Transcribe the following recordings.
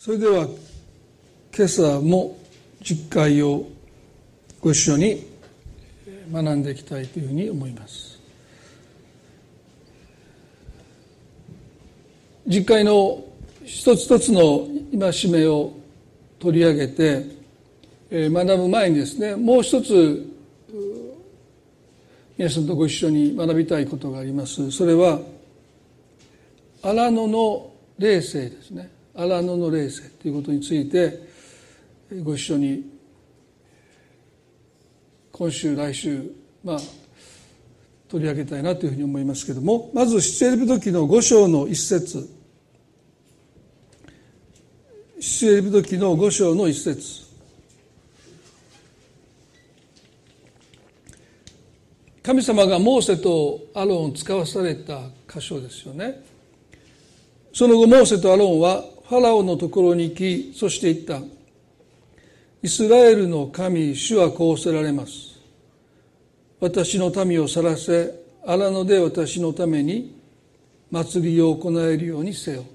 それでは今朝も10回をご一緒に学んでいきたいというふうに思います。10回の一つ一つの戒めを取り上げて学ぶ前にですね、もう一つ皆さんとご一緒に学びたいことがあります。それは荒野の霊性ですね。荒野の霊性ということについてご一緒に今週来週取り上げたいなというふうに思いますけれども、まず出エジプト記の5章の1節、出エジプト記の5章の1節、神様がモーセとアロンを使わされた箇所ですよね。その後モーセとアロンはファラオのところに行き、そして言った。イスラエルの神、主はこうおせられます。私の民を去らせ、荒野で私のために祭りを行えるようにせよ。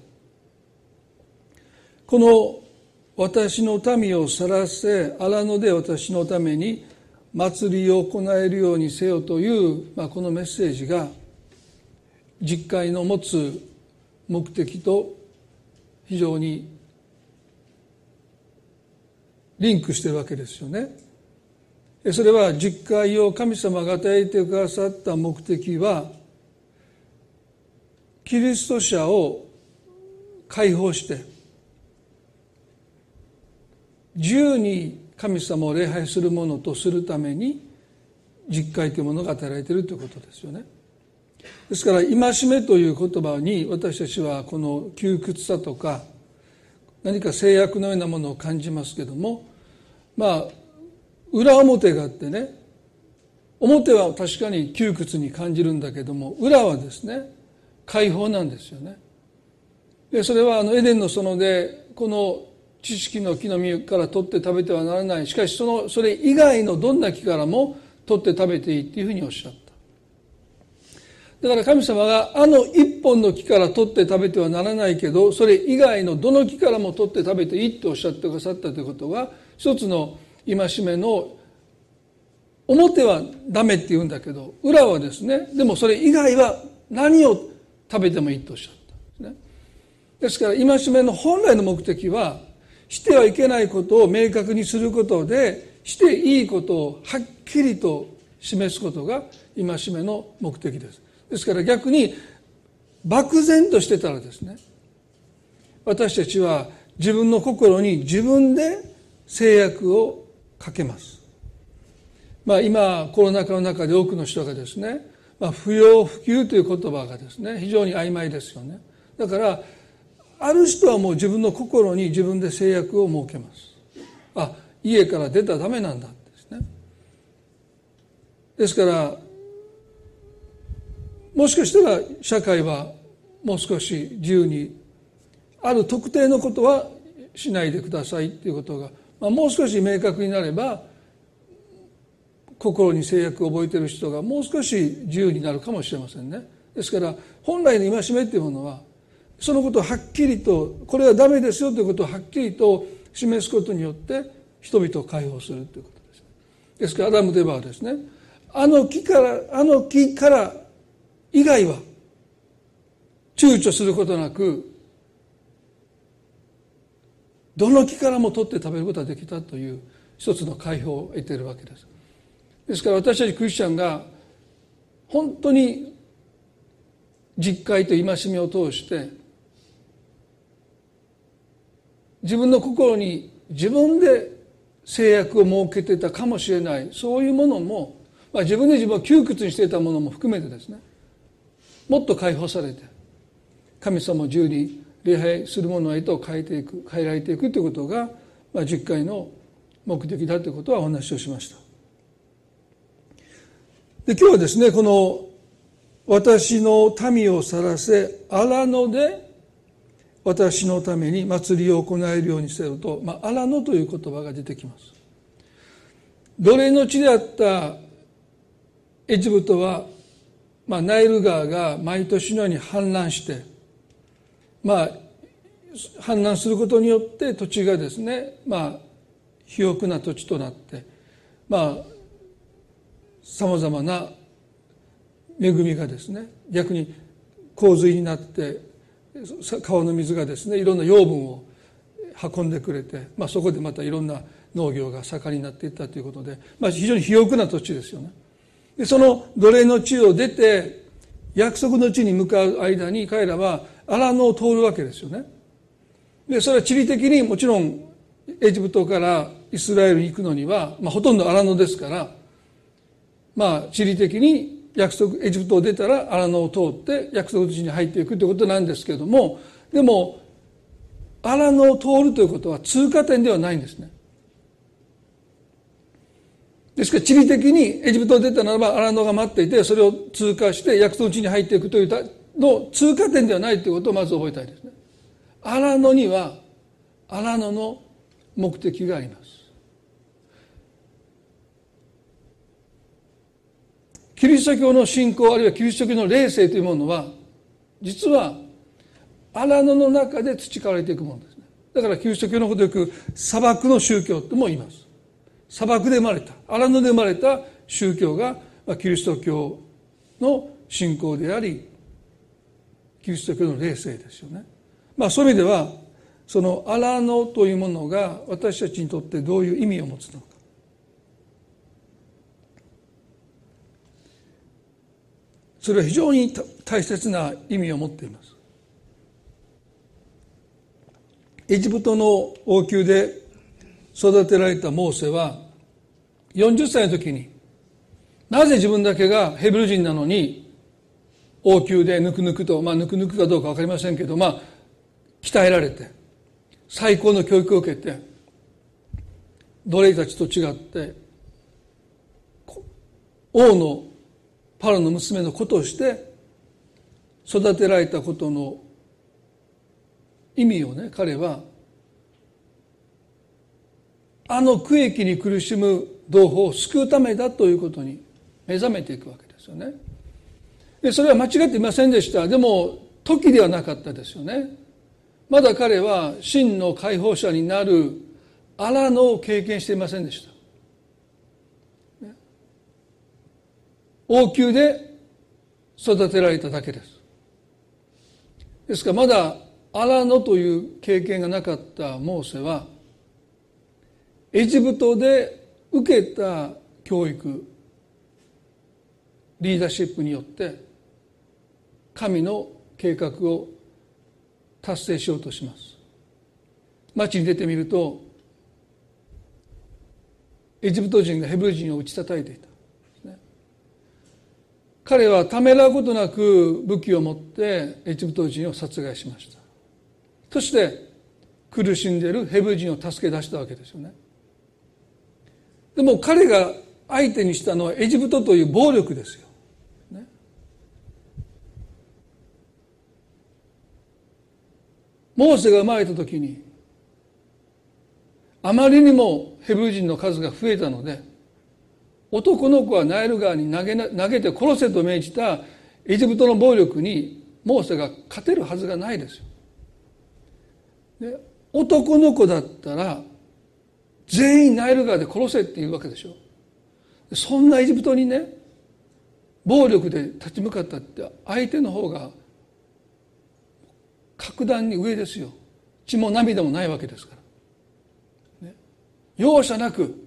この私の民を去らせ、荒野で私のために祭りを行えるようにせよという、このメッセージが実会の持つ目的と非常にリンクしているわけですよね。それは実会を神様が与えてくださった目的は、キリスト者を解放して自由に神様を礼拝するものとするために実会というものが与えられているということですよね。ですから戒めという言葉に私たちはこの窮屈さとか何か制約のようなものを感じますけども、裏表があってね、表は確かに窮屈に感じるんだけども、裏はですね解放なんですよね。でそれはエデンの園でこの知識の木の実から取って食べてはならない、しかしそれ以外のどんな木からも取って食べていいっていうふうにおっしゃった。だから神様が一本の木から取って食べてはならないけど、それ以外のどの木からも取って食べていいっておっしゃってくださったということは、一つの戒めの表はダメって言うんだけど、裏はですね、でもそれ以外は何を食べてもいいとおっしゃったんですね。ですから戒めの本来の目的は、してはいけないことを明確にすることで、していいことをはっきりと示すことが戒めの目的です。ですから逆に漠然としてたらですね、私たちは自分の心に自分で制約をかけます。今コロナ禍の中で多くの人がですね、不要不急という言葉がですね非常に曖昧ですよね。だからある人はもう自分の心に自分で制約を設けます。家から出たらダメなんだですね。ですからもしかしたら社会はもう少し自由にある特定のことはしないでくださいということが、もう少し明確になれば、心に制約を覚えている人がもう少し自由になるかもしれませんね。ですから本来の戒めというものは、そのことをはっきりと、これはダメですよということをはっきりと示すことによって人々を解放するということです。ですからアダムとエバはですね、あの木から以外は躊躇することなく、どの木からも取って食べることができたという一つの解放を得ているわけです。ですから私たちクリスチャンが本当に実会と戒めを通して自分の心に自分で制約を設けていたかもしれない、そういうものも、自分で自分を窮屈にしていたものも含めてですね、もっと解放されて神様を自由に礼拝するものへと変えられていくということが、10回の目的だということはお話をしました。で今日はですね、この私の民を去らせ荒野で私のために祭りを行えるようにせよと、荒野という言葉が出てきます。奴隷の地であったエジプトは、ナイル川が毎年のように氾濫して、 氾濫することによって土地がですね、肥沃な土地となって、さまざまな恵みがですね、逆に洪水になって川の水がですね、いろんな養分を運んでくれて、そこでまたいろんな農業が盛んになっていったということで、非常に肥沃な土地ですよね。でその奴隷の地を出て約束の地に向かう間に彼らは荒野を通るわけですよね。でそれは地理的にもちろんエジプトからイスラエルに行くのには、ほとんど荒野ですから、地理的にエジプトを出たら荒野を通って約束の地に入っていくということなんですけれども、でも荒野を通るということは通過点ではないんですね。ですから地理的にエジプトを出たならば荒野が待っていて、それを通過して約束の地に入っていくというの通過点ではないということをまず覚えたいですね。荒野には荒野の目的があります。キリスト教の信仰あるいはキリスト教の霊性というものは実は荒野の中で培われていくものですね。だからキリスト教のことをよく砂漠の宗教とも言います。砂漠で生まれた、荒野で生まれた宗教がキリスト教の信仰であり、キリスト教の霊性ですよね。そういう意味ではその荒野というものが私たちにとってどういう意味を持つのか、それは非常に大切な意味を持っています。エジプトの王宮で育てられたモーセは40歳の時に、なぜ自分だけがヘブル人なのに王宮でぬくぬくと、ぬくぬくかどうか分かりませんけど、鍛えられて最高の教育を受けて奴隷たちと違って王のパロの娘の子として育てられたことの意味をね、彼は苦役に苦しむ同胞を救うためだということに目覚めていくわけですよね。でそれは間違っていませんでした。でも時ではなかったですよね。まだ彼は真の解放者になる荒野を経験していませんでした。王宮で育てられただけです。ですからまだ荒野という経験がなかったモーセはエジプトで受けた教育、リーダーシップによって神の計画を達成しようとします。町に出てみるとエジプト人がヘブル人を打ち叩いていた。彼はためらうことなく武器を持ってエジプト人を殺害しました。そして苦しんでいるヘブル人を助け出したわけですよね。でも彼が相手にしたのはエジプトという暴力ですよ、ね、モーセが生まれた時にあまりにもヘブル人の数が増えたので、男の子はナイル川に投げて殺せと命じたエジプトの暴力にモーセが勝てるはずがないですよ。で男の子だったら全員ナイル川で殺せっていうわけでしょ。そんなエジプトにね、暴力で立ち向かったって相手の方が格段に上ですよ。血も涙もないわけですから、ね、容赦なく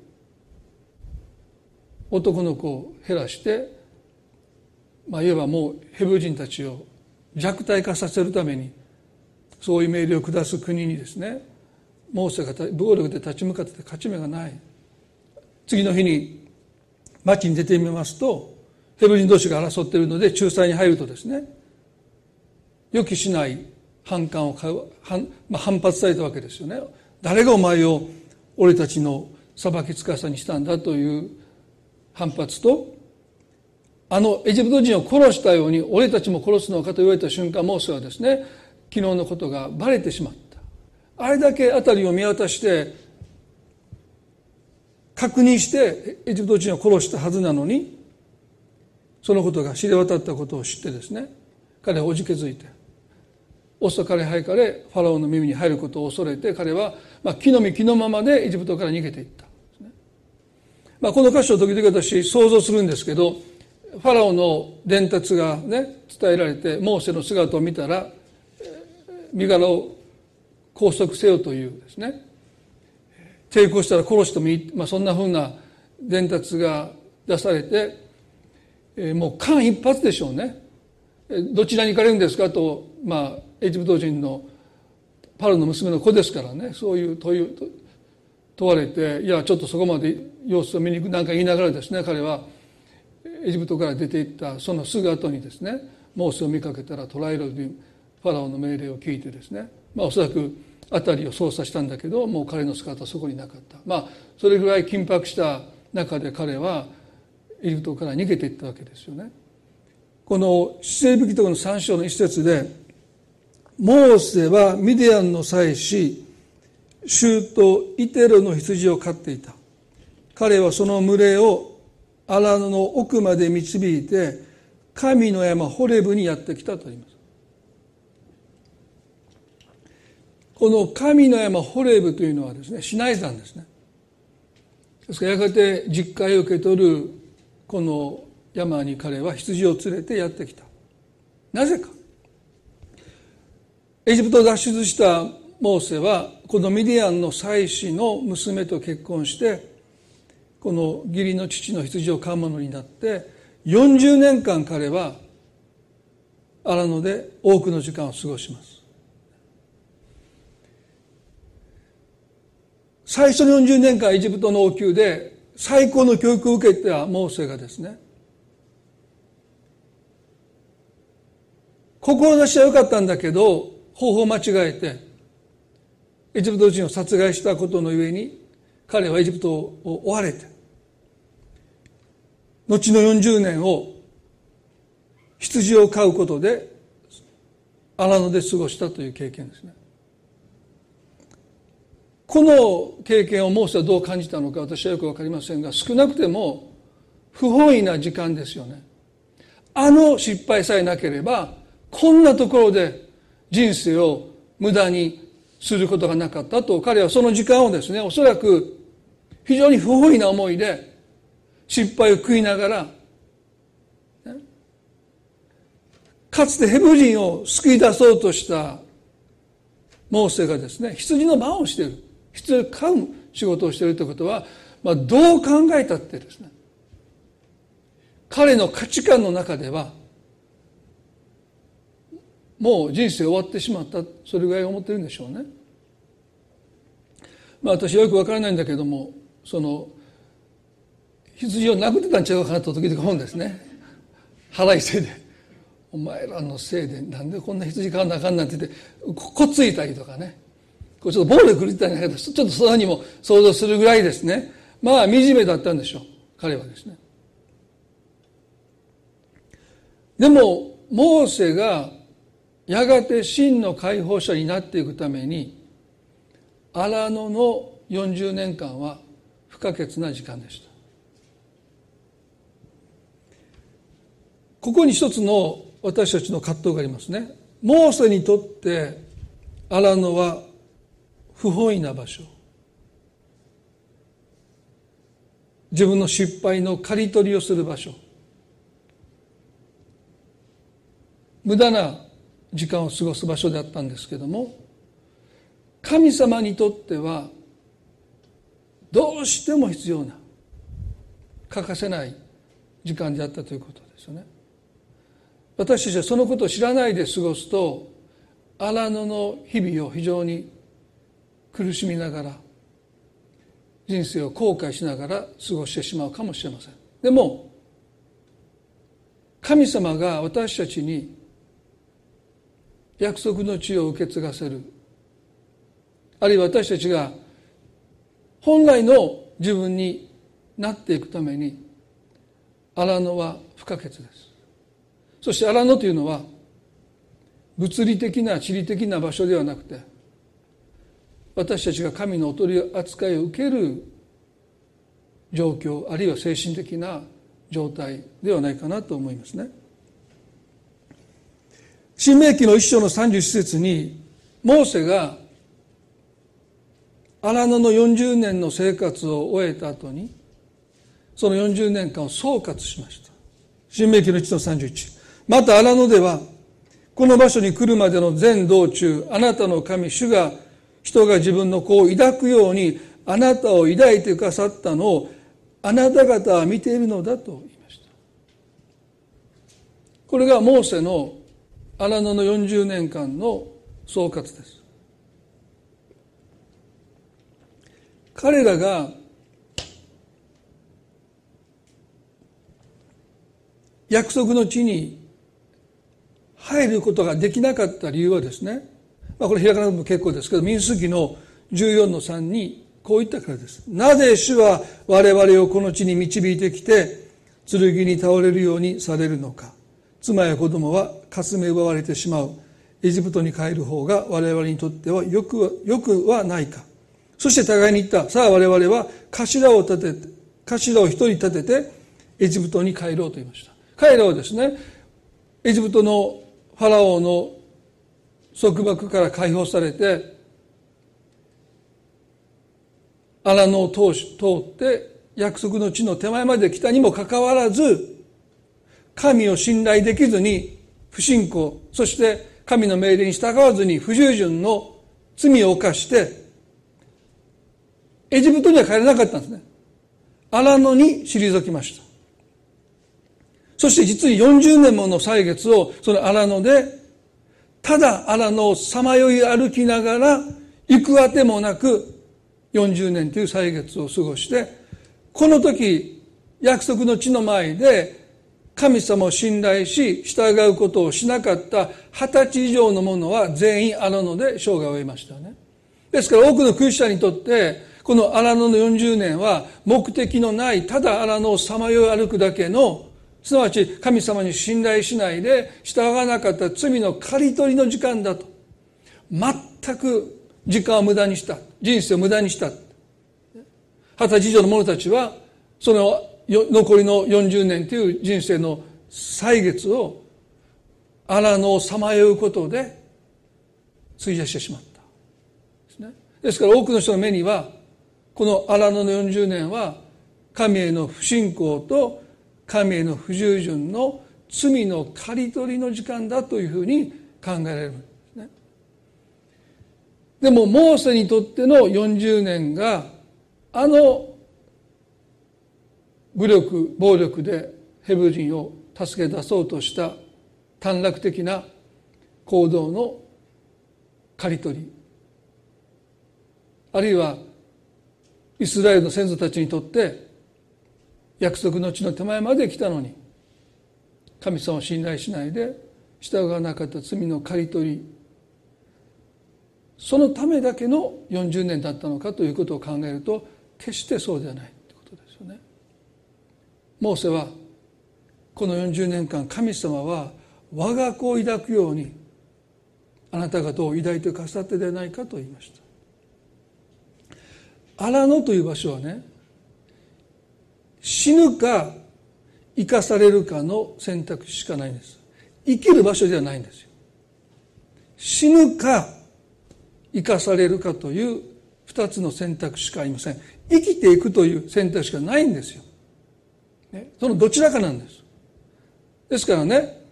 男の子を減らして、いわばもうヘブル人たちを弱体化させるためにそういう命令を下す国にですね、モーセが暴力で立ち向かって勝ち目がない。次の日に町に出てみますと、ヘブル人同士が争っているので仲裁に入るとですね、予期しない反発されたわけですよね。誰がお前を俺たちの裁き司にしたんだという反発と、エジプト人を殺したように俺たちも殺すのかと言われた瞬間、モーセはですね、昨日のことがバレてしまった。あれだけ辺りを見渡して確認してエジプト人を殺したはずなのに、そのことが知れ渡ったことを知ってですね、彼はおじけづいて遅かれ早かれファラオの耳に入ることを恐れて、彼は気の身気のままでエジプトから逃げていった。この箇所を時々私想像するんですけど、ファラオの伝達がね伝えられて、モーセの姿を見たら身柄を拘束せよというですね、抵抗したら殺してもいい、そんなふうな伝達が出されて、もう間一髪でしょうね。どちらに行かれるんですかと、エジプト人のパロの娘の子ですからね、そういう問われて、いやちょっとそこまで様子を見に行くなんか言いながらですね、彼はエジプトから出て行ったそのすぐ後にですね、モーセを見かけたら捕らえろというファラオの命令を聞いてですね、おそらく辺りを捜査したんだけど、もう彼の姿はそこになかった。それぐらい緊迫した中で彼はエジプトから逃げていったわけですよね。この出エジプトの3章の一節で、モーセはミディアンの妻子シュートイテロの羊を飼っていた。彼はその群れを荒野の奥まで導いて神の山ホレブにやってきたと言います。この神の山ホレブというのはですね、シナイ山ですね。ですからやがて実戒を受け取るこの山に彼は羊を連れてやってきた。なぜか。エジプトを脱出したモーセはこのミディアンの妻子の娘と結婚して、この義理の父の羊を飼う者になって40年間彼は荒野で多くの時間を過ごします。最初の40年間エジプトの王宮で最高の教育を受けたモーセがですね、志は良かったんだけど方法を間違えてエジプト人を殺害したことのゆえに彼はエジプトを追われて、後の40年を羊を飼うことで荒野で過ごしたという経験ですね。この経験をモーセはどう感じたのか私はよくわかりませんが、少なくても不本意な時間ですよね。失敗さえなければこんなところで人生を無駄にすることがなかったと、彼はその時間をですね、おそらく非常に不本意な思いで失敗を悔いながら、かつてヘブ人を救い出そうとしたモーセがですね、羊の番をしている、羊を飼う仕事をしているということは、どう考えたってですね、彼の価値観の中ではもう人生終わってしまった、それぐらい思ってるんでしょうね。私はよくわからないんだけども、その羊を殴ってたんちゃうかなと時々思うんですね。腹いせいで、お前らのせいでなんでこんな羊飼わなあかんなんて言ってこついたりとかね、ちょっと暴力振るったりなんかちょっとそうにも想像するぐらいですね、惨めだったんでしょう、彼はですね。でもモーセがやがて真の解放者になっていくために荒野の40年間は不可欠な時間でした。ここに一つの私たちの葛藤がありますね。モーセにとって荒野は不本意な場所、自分の失敗の刈り取りをする場所、無駄な時間を過ごす場所であったんですけども、神様にとってはどうしても必要な、欠かせない時間であったということですよね。私たちはそのことを知らないで過ごすと、荒野の日々を非常に苦しみながら、人生を後悔しながら過ごしてしまうかもしれません。でも神様が私たちに約束の地を受け継がせる、あるいは私たちが本来の自分になっていくために荒野は不可欠です。そして荒野というのは物理的な地理的な場所ではなくて、私たちが神のお取り扱いを受ける状況、あるいは精神的な状態ではないかなと思いますね。 申命記の1章の31節に、モーセが荒野の40年の生活を終えた後に、その40年間を総括しました。申命記の1の31。また荒野では、この場所に来るまでの全道中、あなたの神主が人が自分の子を抱くようにあなたを抱いてくださったのをあなた方は見ているのだと言いました。これがモーセの荒野の40年間の総括です。彼らが約束の地に入ることができなかった理由はですね、これ開かなくても結構ですけど、民数記の14の3にこう言ったからです。なぜ主は我々をこの地に導いてきて剣に倒れるようにされるのか。妻や子供はかすめ奪われてしまう。エジプトに帰る方が我々にとってはよくはないか。そして互いに言った。さあ我々は頭を一人立ててエジプトに帰ろうと言いました。彼らはですね、エジプトのファラオの束縛から解放されて、荒野を通って約束の地の手前まで来たにもかかわらず、神を信頼できずに不信仰、そして神の命令に従わずに不従順の罪を犯してエジプトには帰れなかったんですね。荒野に退きました。そして実に40年もの歳月をその荒野でただ荒野をさまよい歩きながら行くあてもなく40年という歳月を過ごして、この時約束の地の前で神様を信頼し従うことをしなかった20歳以上の者は全員荒野で生涯を終えましたよね。ですから多くのクリスチャンにとってこの荒野の40年は目的のないただ荒野をさまよい歩くだけの、すなわち神様に信頼しないで従わなかった罪の刈り取りの時間だと。全く時間を無駄にした。人生を無駄にした。20歳以上の者たちはその残りの40年という人生の歳月を荒野をさまようことで費やしてしまったですね。ですから多くの人の目にはこの荒野の40年は神への不信仰と神への不従順の罪の刈り取りの時間だというふうに考えられるんですね。でもモーセにとっての40年が武力暴力でヘブル人を助け出そうとした短絡的な行動の刈り取り、あるいはイスラエルの先祖たちにとって約束の地の手前まで来たのに神様を信頼しないで従わなかった罪の刈り取り、そのためだけの40年だったのかということを考えると決してそうではないということですよね。モーセはこの40年間神様は我が子を抱くようにあなた方を抱いてくださってではないかと言いました。荒野という場所はね、死ぬか生かされるかの選択肢しかないんです。生きる場所ではないんですよ。死ぬか生かされるかという二つの選択肢しかありません。生きていくという選択肢がないんですよ。そのどちらかなんです。ですからね、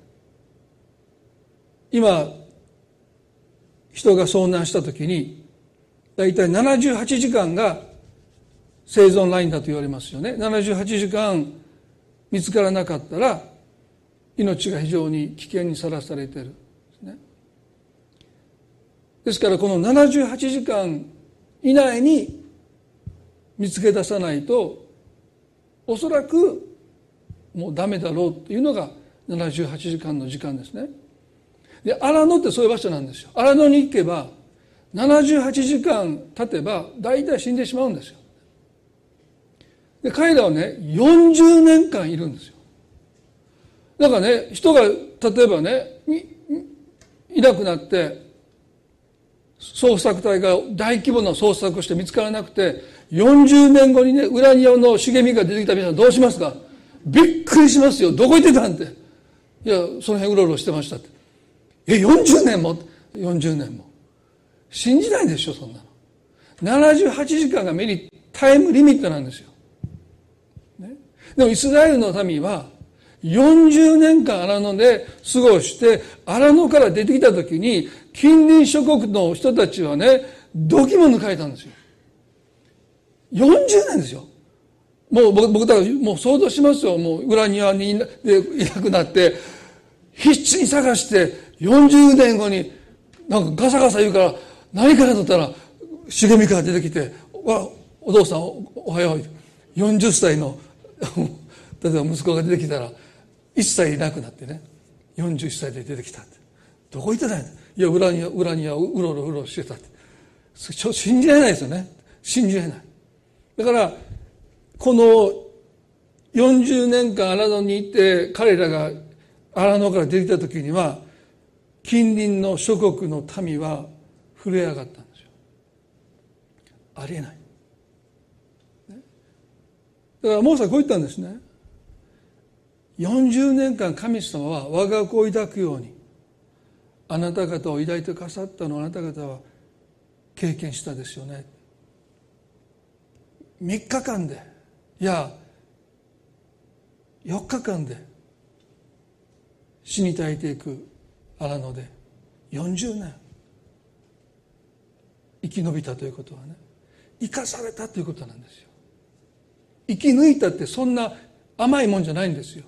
今人が遭難したときにだいたい78時間が生存ラインだと言われますよね。78時間見つからなかったら命が非常に危険にさらされているんですね。ですからこの78時間以内に見つけ出さないとおそらくもうダメだろうというのが78時間の時間ですね。で、荒野ってそういう場所なんですよ。荒野に行けば78時間経てば大体死んでしまうんですよ。で、彼らはね40年間いるんですよ。だからね、人が例えばねいなくなって捜索隊が大規模な捜索をして見つからなくて40年後にねウラニアムの茂みが出てきた皆さんどうしますか？びっくりしますよ。どこ行ってたんって。いや、その辺うろうろしてましたって。 40年も40年も信じないでしょ、そんなの。78時間がタイムリミットなんですよ、ね、でもイスラエルの民は40年間荒野で過ごして、荒野から出てきた時に近隣諸国の人たちはね、どぎも抜かれたんですよ。40年ですよ。もう僕だからもう想像しますよ。もう裏庭にいなくなって必死に探して、40年後になんかガサガサ言うから何かなと思ったら茂みから出てきて、お父さんおはよう、40歳の例えば息子が出てきたら一切いなくなってね、41歳で出てきたって。どこ行ってないの？いや、裏庭をうろうろしてたって。信じられないですよね。信じられない。だからこの40年間荒野に行って彼らが荒野から出てきた時には、近隣の諸国の民は震え上がったんですよ。ありえない。だからモーセはこう言ったんですね。40年間神様は我が子を抱くようにあなた方を抱いてくださったのをあなた方は経験したですよね。3日間で、いや4日間で死に絶えていく荒野で40年生き延びたということはね、生かされたということなんですよ。生き抜いたってそんな甘いもんじゃないんですよ。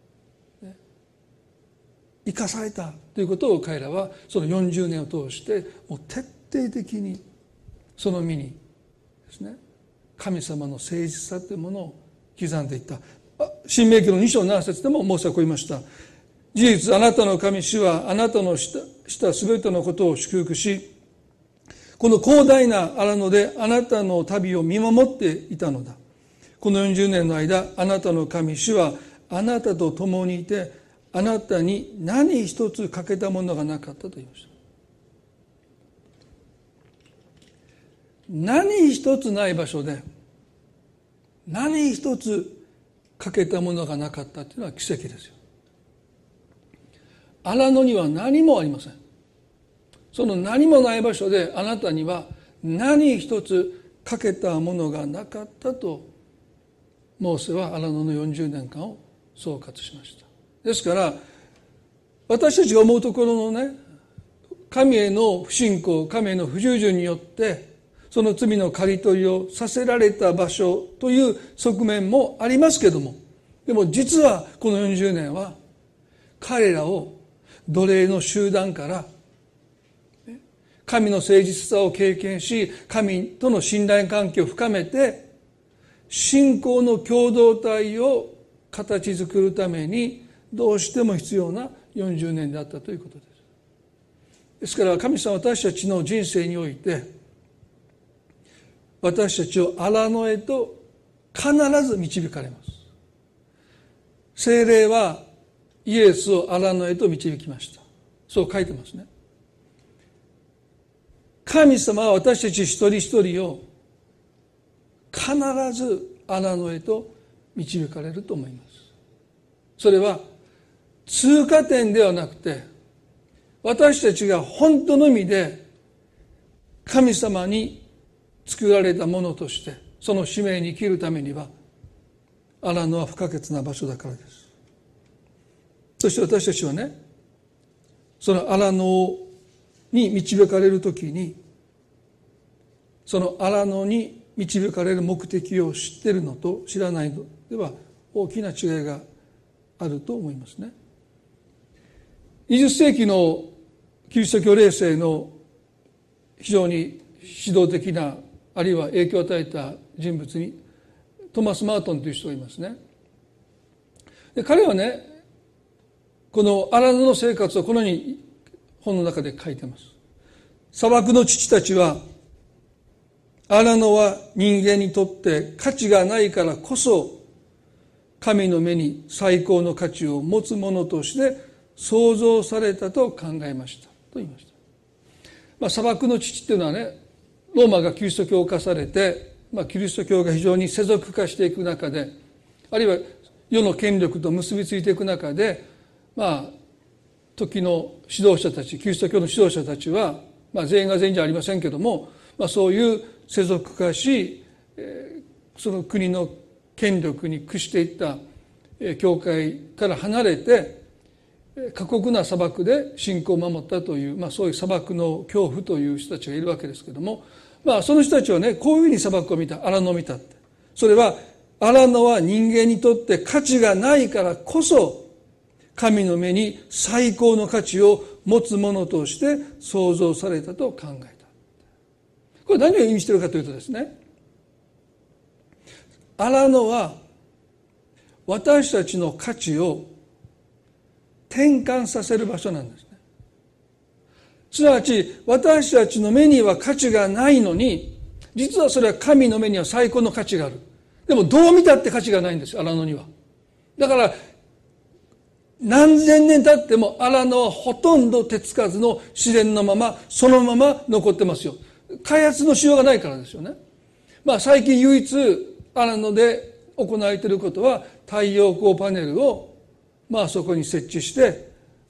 生かされたということを彼らはその40年を通してもう徹底的にその身にですね、神様の誠実さというものを刻んでいった。申命記の2章7節でもモーセはこう言いました。事実あなたの神主はあなたのしたすべてのことを祝福し、この広大な荒野であなたの旅を見守っていたのだ。この40年の間あなたの神主はあなたと共にいて、あなたに何一つ欠けたものがなかったと言いました。何一つない場所で何一つ欠けたものがなかったというのは奇跡ですよ。荒野には何もありません。その何もない場所であなたには何一つ欠けたものがなかったとモーセは荒野の40年間を総括しました。ですから私たちが思うところのね、神への不信仰、神への不従順によってその罪の刈り取りをさせられた場所という側面もありますけども、でも実はこの40年は彼らを奴隷の集団から神の誠実さを経験し、神との信頼関係を深めて信仰の共同体を形作るためにどうしても必要な40年であったということです。ですから神様は私たちの人生において私たちを荒野へと必ず導かれます。聖霊はイエスを荒野へと導きました。そう書いてますね。神様は私たち一人一人を必ず荒野へと導かれると思います。それは通過点ではなくて、私たちが本当の意味で神様に作られたものとしてその使命に生きるためには荒野は不可欠な場所だからです。そして私たちはね、その荒野に導かれるときにその荒野に導かれる目的を知っているのと知らないのでは大きな違いがあると思いますね。20世紀のキリスト教霊性の非常に指導的なあるいは影響を与えた人物にトマス・マートンという人がいますね。で彼はね、この荒野の生活をこのように本の中で書いています。砂漠の父たちは荒野は人間にとって価値がないからこそ神の目に最高の価値を持つものとして創造されたと考えましたと言いました。砂漠の父っていうのはね、ローマがキリスト教化されて、キリスト教が非常に世俗化していく中で、あるいは世の権力と結びついていく中で、 時の指導者たち、キリスト教の指導者たちは、全員が全員じゃありませんけども、そういう世俗化し、その国の権力に屈していった教会から離れて、過酷な砂漠で信仰を守ったという、そういう砂漠の恐怖という人たちがいるわけですけども、その人たちはね、こういうふうに砂漠を見た、荒野を見たって。それは、荒野は人間にとって価値がないからこそ、神の目に最高の価値を持つものとして創造されたと考えた。これ何を意味しているかというとですね、荒野は私たちの価値を転換させる場所なんですね。すなわち私たちの目には価値がないのに、実はそれは神の目には最高の価値がある。でもどう見たって価値がないんですよ、荒野には。だから何千年経っても荒野はほとんど手つかずの自然のまま、そのまま残ってますよ。開発のしようがないからですよね。最近唯一荒野で行われていることは、太陽光パネルをそこに設置して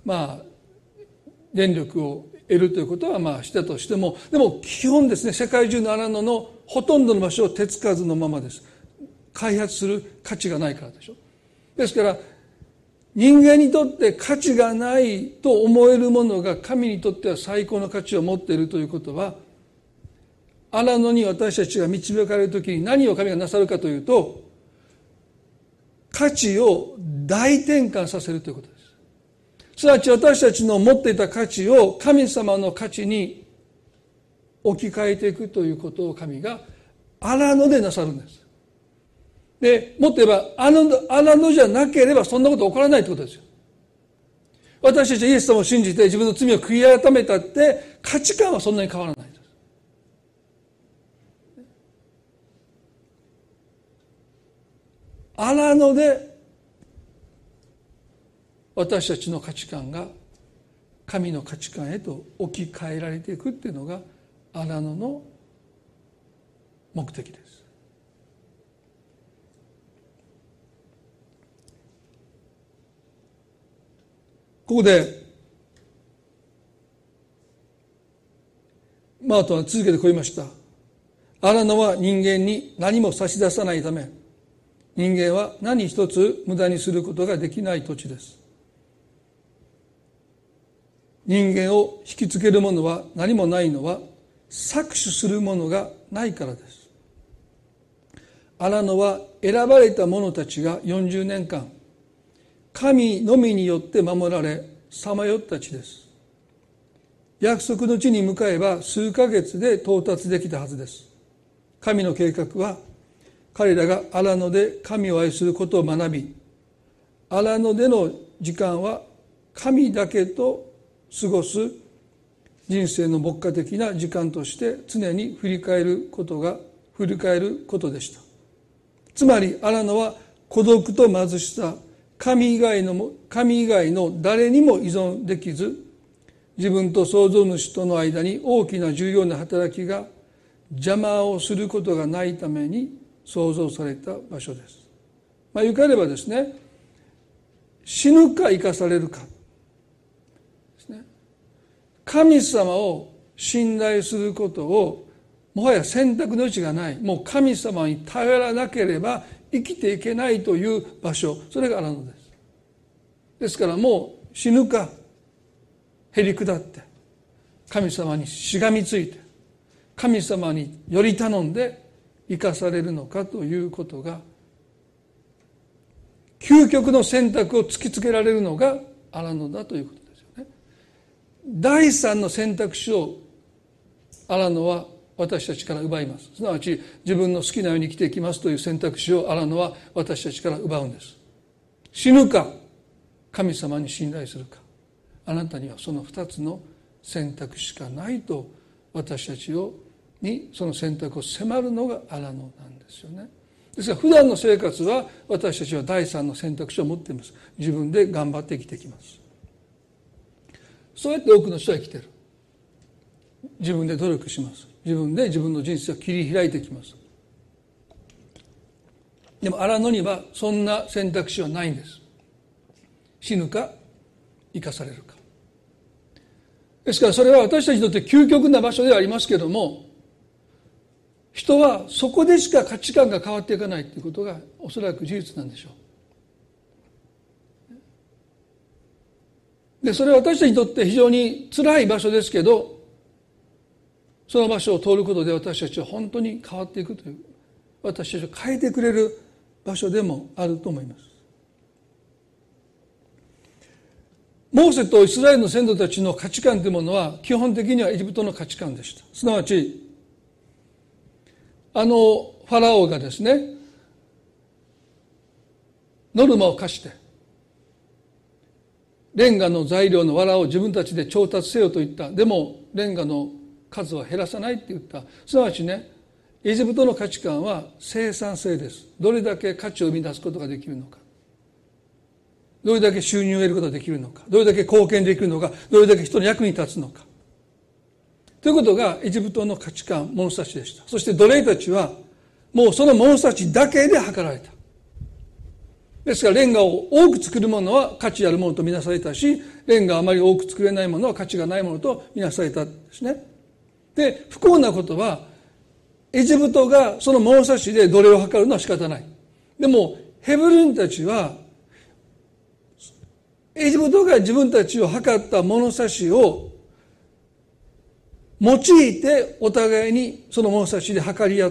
電力を得るということはしたとしても、でも基本ですね、世界中の荒野のほとんどの場所を手つかずのままです。開発する価値がないからでしょ。ですから人間にとって価値がないと思えるものが神にとっては最高の価値を持っているということは、荒野に私たちが導かれるときに何を神がなさるかというと、価値を大転換させるということです。すなわち私たちの持っていた価値を神様の価値に置き換えていくということを神が荒野でなさるんです。で、もっと言えば荒野じゃなければそんなこと起こらないということですよ。私たちはイエス様を信じて自分の罪を悔い改めたって価値観はそんなに変わらないです。荒野で私たちの価値観が神の価値観へと置き換えられていくっていうのが荒野の目的です。ここでマートは続けてこう言いました。荒野は人間に何も差し出さないため、人間は何一つ無駄にすることができない土地です。人間を引きつけるものは何もないのは搾取するものがないからです。荒野は選ばれた者たちが40年間神のみによって守られさまよった地です。約束の地に向かえば数ヶ月で到達できたはずです。神の計画は彼らが荒野で神を愛することを学び、荒野での時間は神だけと過ごす人生の牧歌的な時間として常に振り返ることでした。つまり荒野は孤独と貧しさ、神以外の誰にも依存できず、自分と創造主との間に大きな重要な働きが邪魔をすることがないために創造された場所です。言うかればですね、死ぬか生かされるかですね。神様を信頼することをもはや選択の余地がない、もう神様に頼らなければ生きていけないという場所、それが荒野です。ですからもう死ぬかへり下って神様にしがみついて神様により頼んで生かされるのかということが、究極の選択を突きつけられるのが荒野だということですよね。第三の選択肢を荒野は私たちから奪います。すなわち自分の好きなように生きていきますという選択肢を荒野は私たちから奪うんです。死ぬか神様に信頼するか、あなたにはその2つの選択しかないと私たちにその選択を迫るのが荒野なんですよね。ですから普段の生活は私たちは第三の選択肢を持っています。自分で頑張って生きていきます。そうやって多くの人は生きている。自分で努力します。自分で自分の人生を切り開いていきます。でも荒野にはそんな選択肢はないんです。死ぬか生かされるか。 ですからそれは私たちにとって究極な場所ではありますけれども、人はそこでしか価値観が変わっていかないということがおそらく事実なんでしょう。で、それは私たちにとって非常に辛い場所ですけど、その場所を通ることで私たちは本当に変わっていくという、私たちを変えてくれる場所でもあると思います。モーセとイスラエルの先祖たちの価値観というものは基本的にはエジプトの価値観でした。すなわちファラオがですね、ノルマを課してレンガの材料の藁を自分たちで調達せよと言った。でもレンガの数は減らさないって言った。すなわちね、エジプトの価値観は生産性です。どれだけ価値を生み出すことができるのか、どれだけ収入を得ることができるのか、どれだけ貢献できるのか、どれだけ人の役に立つのかということがエジプトの価値観、物差しでした。そして奴隷たちはもうその物差しだけで測られた。ですからレンガを多く作るものは価値あるものとみなされたし、レンガをあまり多く作れないものは価値がないものとみなされたんですね。で、不幸なことはエジプトがその物差しで奴隷を測るのは仕方ない。でもヘブル人たちはエジプトが自分たちを測った物差しを用いてお互いにその物差しで測り合って、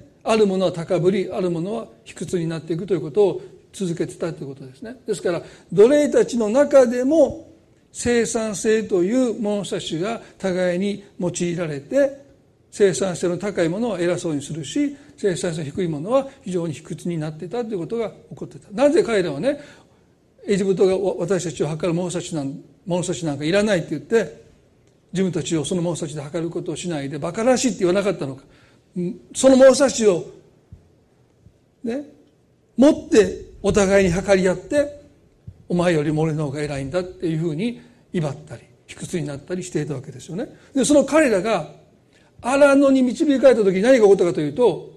あるものは高ぶり、あるものは卑屈になっていくということを続けてたということですね。ですから奴隷たちの中でも生産性という物差しが互いに用いられて、生産性の高いものは偉そうにするし、生産性の低いものは非常に卑屈になっていたということが起こっていた。なぜ彼らはね、エジプトが私たちを測る物差しなんかいらないって言って自分たちをその物差しで測ることをしないで馬鹿らしいって言わなかったのか。その物差しをね持ってお互いに測り合って、お前よりも俺の方が偉いんだっていうふうに威張ったり卑屈になったりしていたわけですよね。でその彼らが荒野に導かれた時に何が起こったかというと、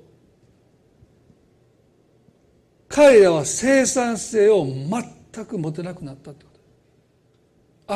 彼らは生産性を全く持てなくなったということ。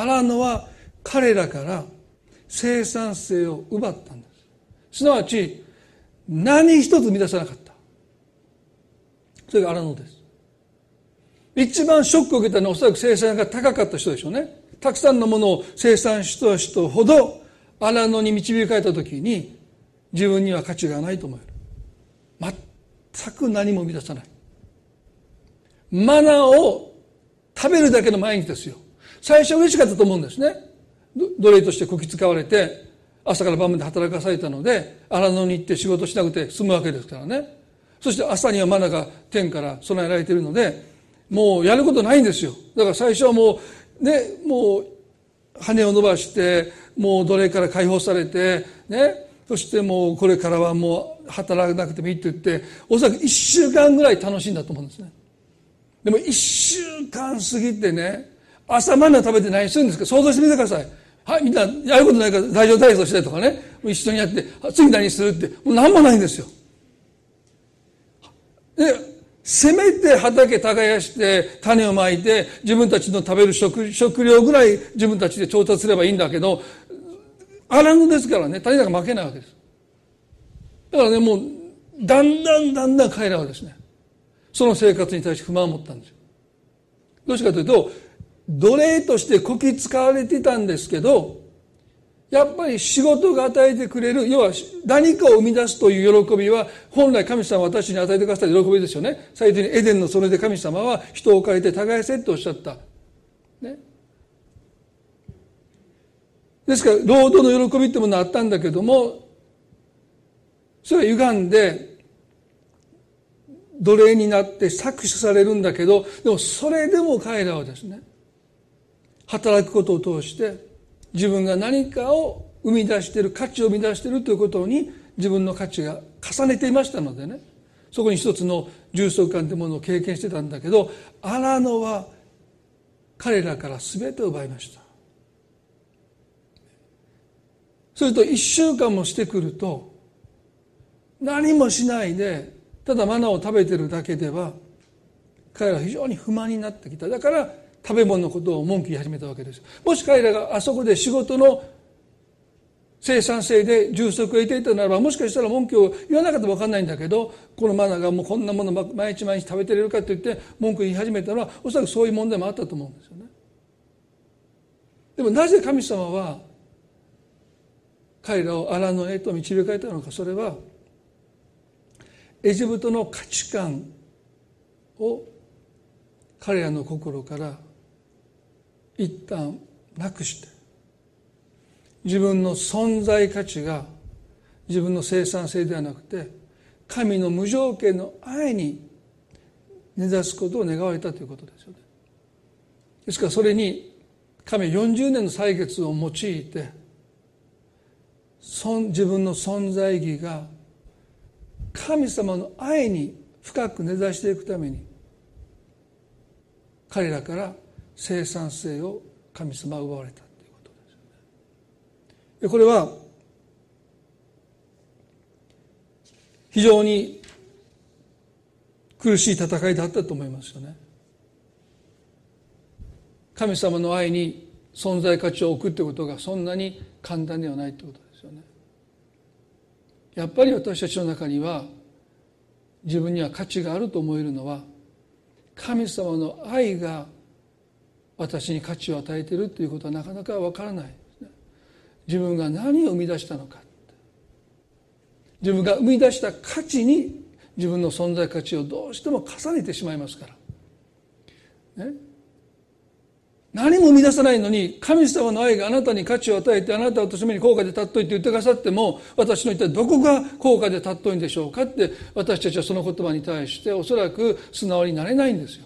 荒野は彼らから生産性を奪ったんです。すなわち何一つ生み出さなかった。それが荒野です。一番ショックを受けたのはおそらく生産が高かった人でしょうね。たくさんのものを生産した人ほど荒野に導かれた時に自分には価値がないと思える。全く何も生み出さない。マナを食べるだけの毎日ですよ。最初は嬉しかったと思うんですね。奴隷としてこき使われて朝から晩まで働かされたので、荒野に行って仕事しなくて済むわけですからね。そして朝にはマナが天から備えられているので、もうやることないんですよ。だから最初はもうね、もう羽を伸ばしてもう奴隷から解放されてね、そしてもうこれからはもう働かなくてもいいって言って、おそらく1週間ぐらい楽しんだと思うんですね。でも1週間過ぎてね、朝マナ食べて何するんですか。想像してみてください。はい、みんなやることないから大丈夫体操してとかね、一緒にやって次何するってもう何もないんですよ。でせめて畑耕して種をまいて自分たちの食べる食料ぐらい自分たちで調達すればいいんだけど、荒野ですからね、種なんか負けないわけです。だからね、もうだんだん彼らはですね、その生活に対して不満を持ったんですよ。どうしてかというと、奴隷としてこき使われていたんですけど、やっぱり仕事が与えてくれる、要は何かを生み出すという喜びは本来神様は私に与えてくださった喜びですよね。最初にエデンの園で神様は人を借りて耕せとおっしゃった、ね、ですから労働の喜びってものはあったんだけども、それは歪んで奴隷になって搾取されるんだけど、でもそれでも彼らはですね、働くことを通して自分が何かを生み出している、価値を生み出しているということに自分の価値が重ねていましたのでね、そこに一つの充足感というものを経験してたんだけど、荒野は彼らから全てを奪いました。それと1週間もしてくると、何もしないでただマナを食べてるだけでは彼らは非常に不満になってきた。だから食べ物のことを文句言い始めたわけです。もし彼らがあそこで仕事の生産性で充足を得ていたならば、もしかしたら文句を言わなかったら分かんないんだけど、このマナーがもうこんなもの毎日毎日食べてれるかといって文句を言い始めたのは、おそらくそういう問題もあったと思うんですよね。でもなぜ神様は彼らを荒野へと導かれたのか。それはエジプトの価値観を彼らの心から一旦なくして、自分の存在価値が自分の生産性ではなくて神の無条件の愛に根ざすことを願われたということですよね。ですからそれに神は40年の歳月を用いて、自分の存在意義が神様の愛に深く根ざしていくために、彼らから生産性を神様は奪われたということですよね。でこれは非常に苦しい戦いだったと思いますよね。神様の愛に存在価値を置くということがそんなに簡単ではないということですよね。やっぱり私たちの中には、自分には価値があると思えるのは、神様の愛が私に価値を与えているということはなかなかわからないですね。自分が何を生み出したのか、自分が生み出した価値に自分の存在価値をどうしても重ねてしまいますから、ね、何も生み出さないのに神様の愛があなたに価値を与えて、あなたは私の目に高価で尊いと言ってくださっても、私の一体どこが高価で尊いんでしょうかって、私たちはその言葉に対しておそらく素直になれないんですよ。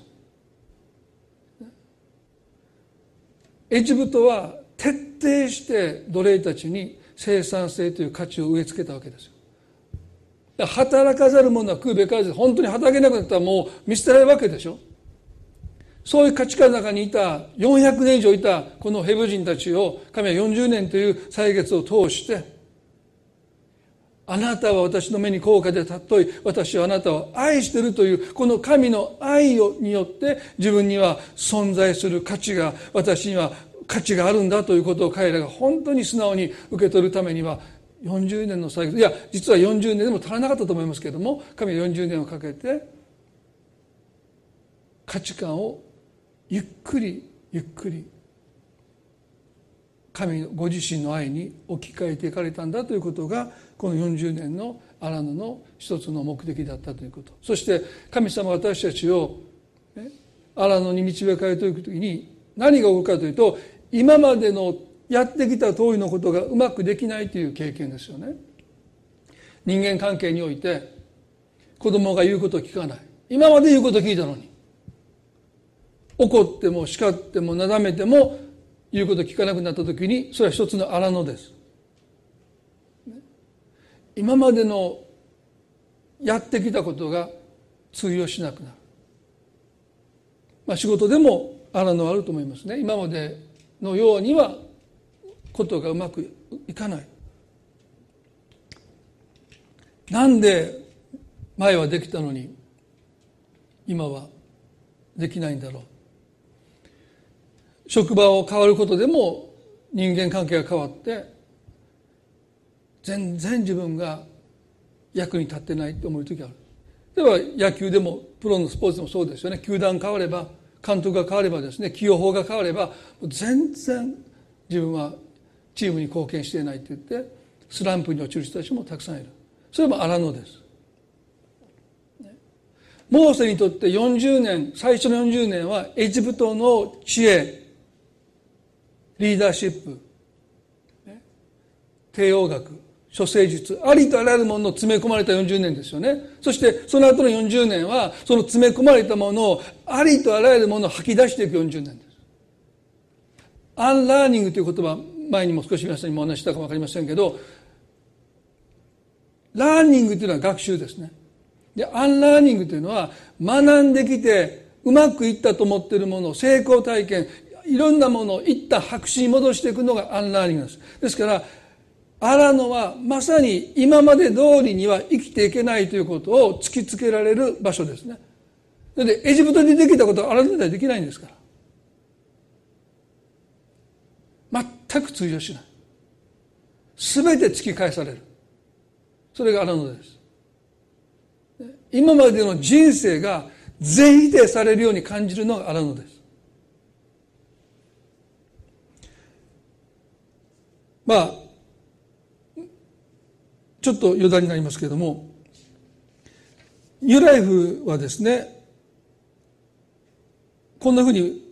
エジプトは徹底して奴隷たちに生産性という価値を植え付けたわけですよ。働かざる者は食うべからず、本当に働けなくなったらもう見捨てられるわけでしょ。そういう価値観の中にいた400年以上いたこのヘブ人たちを神は40年という歳月を通して、あなたは私の目に高価で尊い、私はあなたを愛しているというこの神の愛によって自分には存在する価値が、私には価値があるんだということを彼らが本当に素直に受け取るためには40年の歳月、いや実は40年でも足らなかったと思いますけれども、神は40年をかけて価値観をゆっくりゆっくり神ご自身の愛に置き換えていかれたんだということが、この40年の荒野の一つの目的だったということ。そして神様は私たちを荒野に導かれていくときに何が起こるかというと、今までのやってきた通りのことがうまくできないという経験ですよね。人間関係において子供が言うことを聞かない。今まで言うことを聞いたのに、怒っても叱ってもなだめても言うことを聞かなくなったときに、それは一つの荒野です。今までのやってきたことが通用しなくなる。仕事でも荒野はあると思いますね。今までのようにはことがうまくいかない。なんで前はできたのに今はできないんだろう。職場を変わることでも人間関係が変わって全然自分が役に立ってないと思う時がある。例えば野球でもプロのスポーツでもそうですよね。球団変われば、監督が変わればですね、起用法が変われば全然自分はチームに貢献していないと言ってスランプに落ちる人たちもたくさんいる。それも荒野です。モーセにとって40年、最初の40年はエジプトの知恵、リーダーシップ、帝王学、処世術、ありとあらゆるものを詰め込まれた40年ですよね。そしてその後の40年はその詰め込まれたものをありとあらゆるものを吐き出していく40年です。アンラーニングという言葉、前にも少し皆さんにもお話したか分かりませんけど、ラーニングというのは学習ですね。で、アンラーニングというのは学んできてうまくいったと思っているものを成功体験、いろんなものを一旦白紙に戻していくのがアンラーニングです。ですから荒野はまさに今まで通りには生きていけないということを突きつけられる場所ですね。でエジプトでできたことは荒野ではできないんですから。全く通用しない。 全て突き返される。それが荒野です。今までの人生が全否定されるように感じるのが荒野です。ちょっと余談になりますけれども、ニューライフはですね、こんなふうに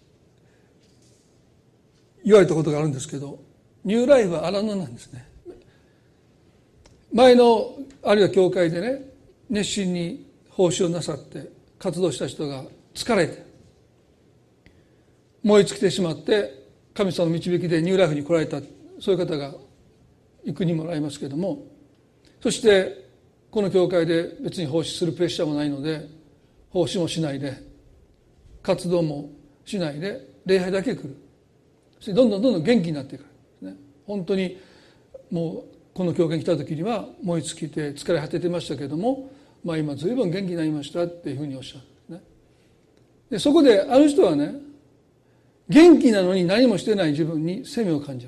言われたことがあるんですけど、ニューライフは荒野なんですね。前のあるいは教会でね、熱心に奉仕をなさって活動した人が疲れて燃え尽きてしまって、神様の導きでニューライフに来られた、そういう方が幾人もらいますけれども、そしてこの教会で別に奉仕するプレッシャーもないので、奉仕もしないで活動もしないで礼拝だけ来る。そしてどんどん元気になっていくんですね。本当にもうこの教会に来た時には燃え尽きて疲れ果ててましたけれども、今ずいぶん元気になりましたっていうふうにおっしゃるんですね。でそこである人はね、元気なのに何もしてない自分に責めを感じる。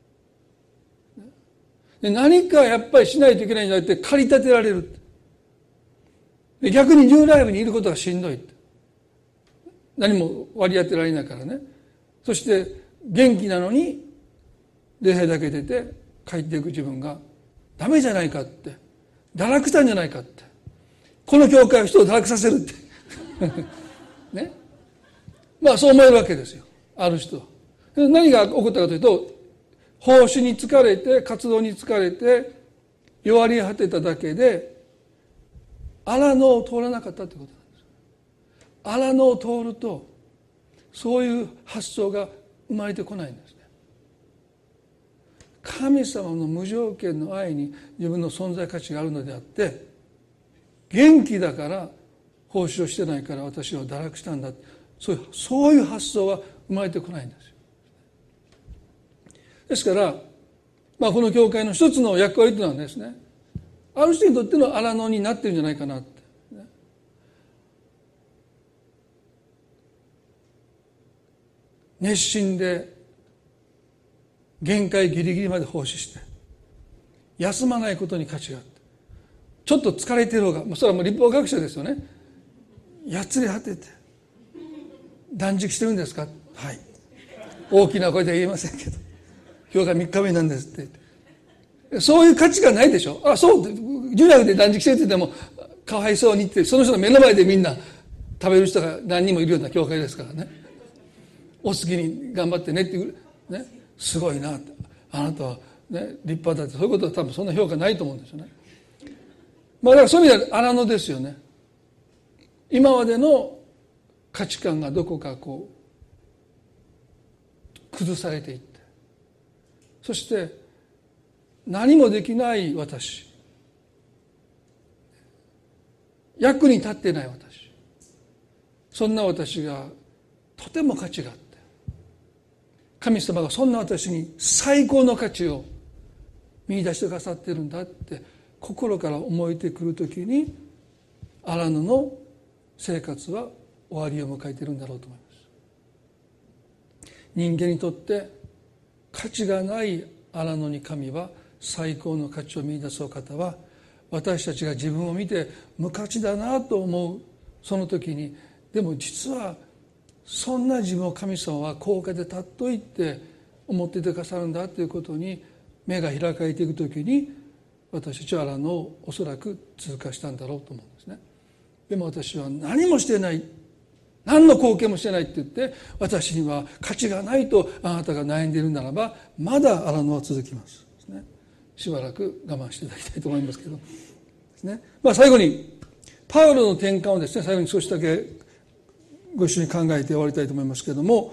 で何かやっぱりしないといけないんじゃなくて駆り立てられる。で逆にニューライフにいることがしんどい。何も割り当てられないからね。そして元気なのに礼拝だけ出て帰っていく自分がダメじゃないかって、堕落したんじゃないかって、この教会は人を堕落させるってね、そう思えるわけですよ、ある人は。何が起こったかというと、奉仕に疲れて活動に疲れて弱り果てただけで荒野を通らなかったということなんです。荒野を通るとそういう発想が生まれてこないんですね。神様の無条件の愛に自分の存在価値があるのであって、元気だから奉仕をしてないから私は堕落したんだ、そういう発想は生まれてこないんですよ。ですから、この教会の一つの役割というのはですね、ある人にとっての荒野になっているんじゃないかなって、熱心で限界ギリギリまで奉仕して休まないことに価値があって、ちょっと疲れている方が、それはもう立法学者ですよね。やつれ果てて断食してるんですか、はい、大きな声では言えませんけど、今日が3日目なんですって。そういう価値がないでしょ。そう、ジュラフで断食してるって言ってもかわいそうにって、その人の目の前でみんな食べる人が何人もいるような教会ですからね。お好きに頑張ってねっていうね、すごいなって、あなたはね立派だって、そういうことは多分そんな評価ないと思うんですよね。だからそういう意味では荒野ですよね。今までの価値観がどこか崩されていって、そして何もできない私、役に立っていない私、そんな私がとても価値があって、神様がそんな私に最高の価値を見出してくださっているんだって心から思えてくるときに、荒野の生活は終わりを迎えているんだろうと思います。人間にとって価値がない荒野に神は最高の価値を見出すお方は、私たちが自分を見て無価値だなと思うその時に、でも実はそんな自分を神様は高価で尊いって思っていてくださるんだということに目が開かれていく時に、私たちは荒野をおそらく通過したんだろうと思うんですね。でも私は何もしてない、何の貢献もしてないって言って私には価値がないとあなたが悩んでいるならば、まだ荒野は続きますね。しばらく我慢していただきたいと思いますけどですね。最後にパウロの転換をですね、最後に少しだけご一緒に考えて終わりたいと思いますけれども、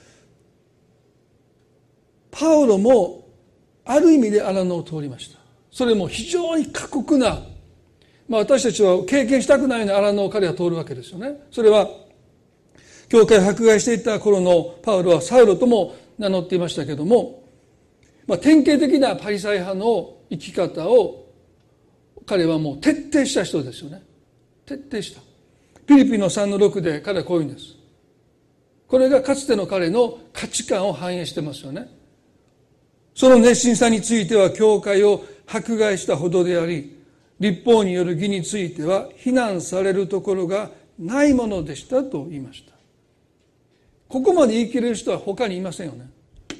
パウロもある意味で荒野を通りました。それも非常に過酷な、私たちは経験したくないような荒野を彼は通るわけですよね。それは教会を迫害していた頃のパウロはサウロとも名乗っていましたけれども、典型的なパリサイ派の生き方を彼はもう徹底した人ですよね。徹底した。フィリピンの3の6で彼はこういうんです。これがかつての彼の価値観を反映してますよね。 その熱心さについては教会を迫害したほどであり、律法による義については非難されるところがないものでしたと言いました。ここまで言い切れる人は他にいませんよね。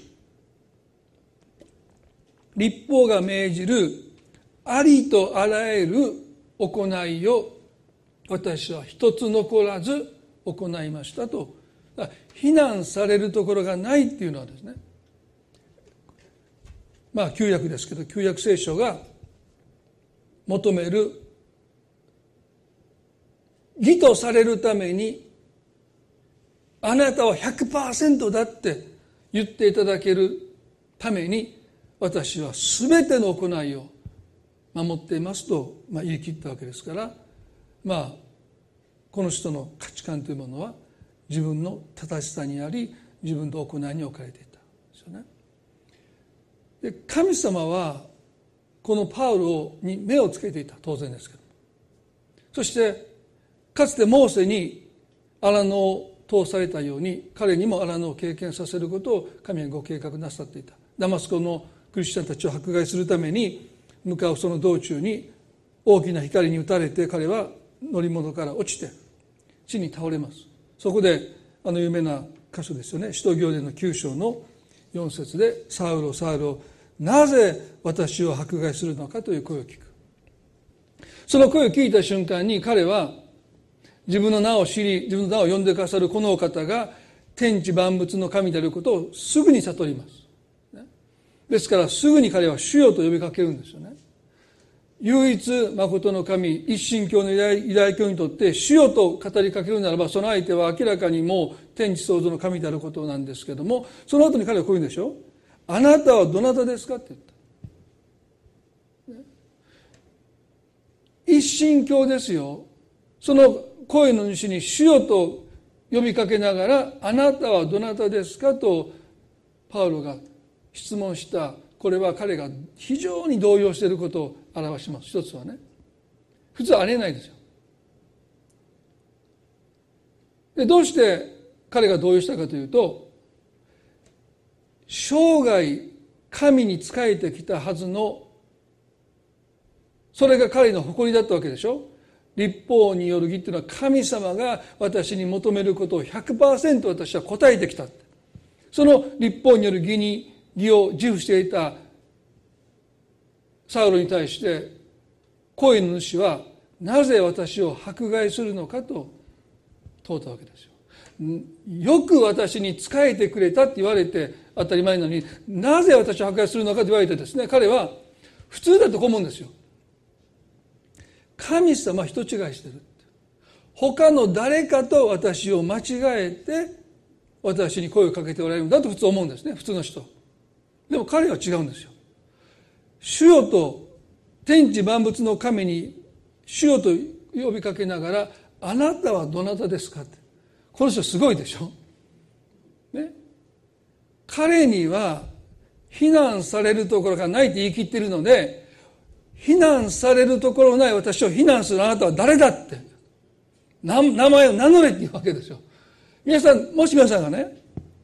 律法が命じるありとあらゆる行いを私は一つ残らず行いましたと。非難されるところがないっていうのはですね、旧約ですけど、旧約聖書が求める義とされるためにあなたは 100% だって言っていただけるために私は全ての行いを守っていますと言い切ったわけですから、この人の価値観というものは自分の正しさにあり、自分の行いに置かれていたんですよね。で、神様はこのパウロに目をつけていた、当然ですけど、そしてかつてモーセに荒野を通されたように彼にも荒野を経験させることを神はご計画なさっていた。ダマスコのクリスチャンたちを迫害するために向かうその道中に大きな光に打たれて彼は乗り物から落ちて地に倒れます。そこで有名な箇所ですよね、使徒行伝の9章の4節で、サウロサウロなぜ私を迫害するのかという声を聞く。その声を聞いた瞬間に彼は自分の名を知り、自分の名を呼んでくださるこのお方が天地万物の神であることをすぐに悟ります。ですからすぐに彼は主よと呼びかけるんですよね。唯一誠の神、一神教の偉大教にとって主よと語りかけるならば、その相手は明らかにもう天地創造の神であることなんですけども、その後に彼はこう言うんでしょ。あなたはどなたですかって言った。一神教ですよ。その声の主に主よと呼びかけながら、あなたはどなたですかとパウロが質問した。これは彼が非常に動揺していることを表します。一つはね、普通ありえないですよ。で、どうして彼が動揺したかというと、生涯神に仕えてきたはずの、それが彼の誇りだったわけでしょ。律法による義っていうのは神様が私に求めることを 100% 私は答えてきた。その律法による義を自負していたサウロに対して声の主はなぜ私を迫害するのかと問うたわけですよ。よく私に仕えてくれたって言われて当たり前なのに、なぜ私を迫害するのかと言われてですね、彼は普通だと思うんですよ。神様人違いしてる。他の誰かと私を間違えて私に声をかけておられるんだと普通思うんですね、普通の人。でも彼は違うんですよ。主よと天地万物の神に主よと呼びかけながら、あなたはどなたですかって。この人すごいでしょ、ね、彼には非難されるところがないって言い切っているので、非難されるところない私を非難するあなたは誰だって名前を名乗れって言うわけですよ。皆さん、もし皆さんがね、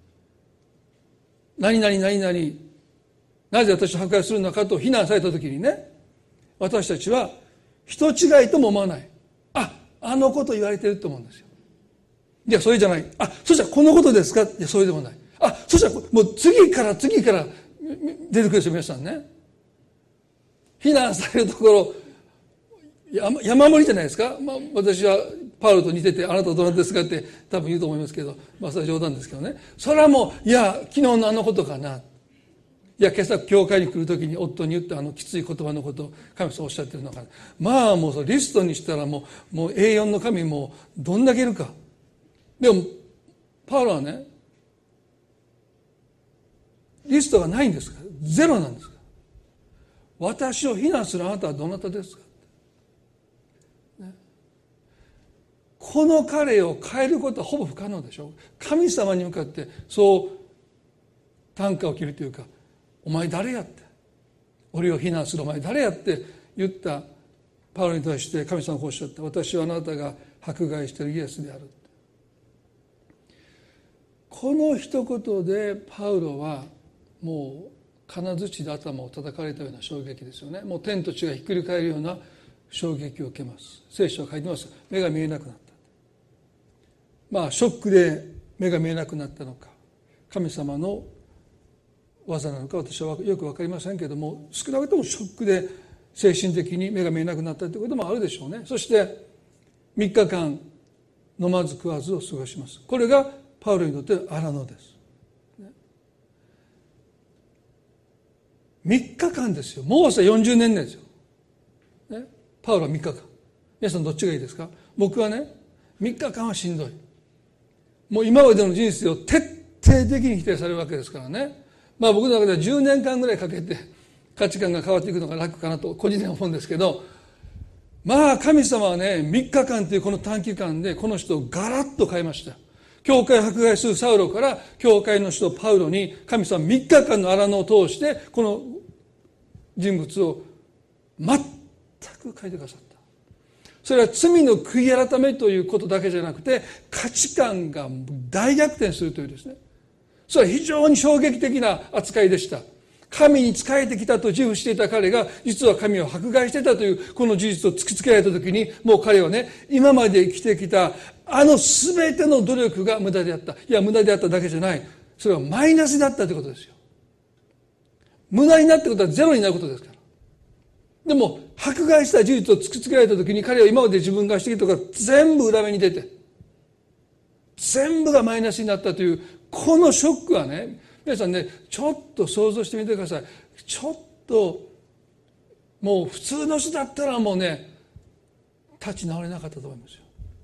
何々何々なぜ私を迫害するのかと非難された時にね、私たちは人違いとも思わない。あのこと言われてると思うんですよ。いや、それじゃない。そしたらこのことですか。いや、それでもない。そしたらもう次から出てくるでしょ、皆さんね。非難されるところ山盛りじゃないですか。私はパウロと似てて、あなたはどなたですかって多分言うと思いますけど、それは冗談ですけどね。それはもう、いや、昨日のあのことかな。いや、今朝教会に来るときに夫に言ったきつい言葉のことを神様おっしゃってるのかな。もうそれリストにしたらもう A4 の紙もうどんだけいるか。でもパウロはね、リストがないんですから、ゼロなんですから。私を非難するあなたはどなたですか、ね、この彼を変えることはほぼ不可能でしょ。神様に向かってそう短歌を切るというか、お前誰やって、俺を非難するお前誰やって言ったパウロに対して神様がおっしゃった。私はあなたが迫害しているイエスである。この一言でパウロはもう金槌で頭を叩かれたような衝撃ですよね。もう天と地がひっくり返るような衝撃を受けます。聖書は書いてます。目が見えなくなった。ショックで目が見えなくなったのか、神様の技なのか私はよく分かりませんけれども、少なくともショックで精神的に目が見えなくなったということもあるでしょうね。そして3日間飲まず食わずを過ごします。これがパウロにとって荒野です。3日間ですよ。モーセ40年ですよ、ね、パウロは3日間。皆さんどっちがいいですか？僕はね、3日間はしんどい。もう今までの人生を徹底的に否定されるわけですからね。僕の中では10年間ぐらいかけて価値観が変わっていくのが楽かなと個人的には思うんですけど、神様はね、3日間というこの短期間でこの人をガラッと変えました。教会を迫害するサウロから教会の人パウロに神様は3日間の荒野を通してこの人物を全く変えてくださった。それは罪の悔い改めということだけじゃなくて、価値観が大逆転するというですね、それは非常に衝撃的な扱いでした。神に仕えてきたと自負していた彼が実は神を迫害していたというこの事実を突きつけられた時に、もう彼はね、今まで生きてきた全ての努力が無駄であった。いや、無駄であっただけじゃない、それはマイナスだったということですよ。無駄になったことはゼロになることですから。でも迫害した事実を突きつけられた時に、彼は今まで自分がしてきたことが全部裏目に出て全部がマイナスになったというこのショックはね、皆さんね、ちょっと想像してみてください。ちょっともう普通の人だったらもうね、立ち直れなかったと思いますよ。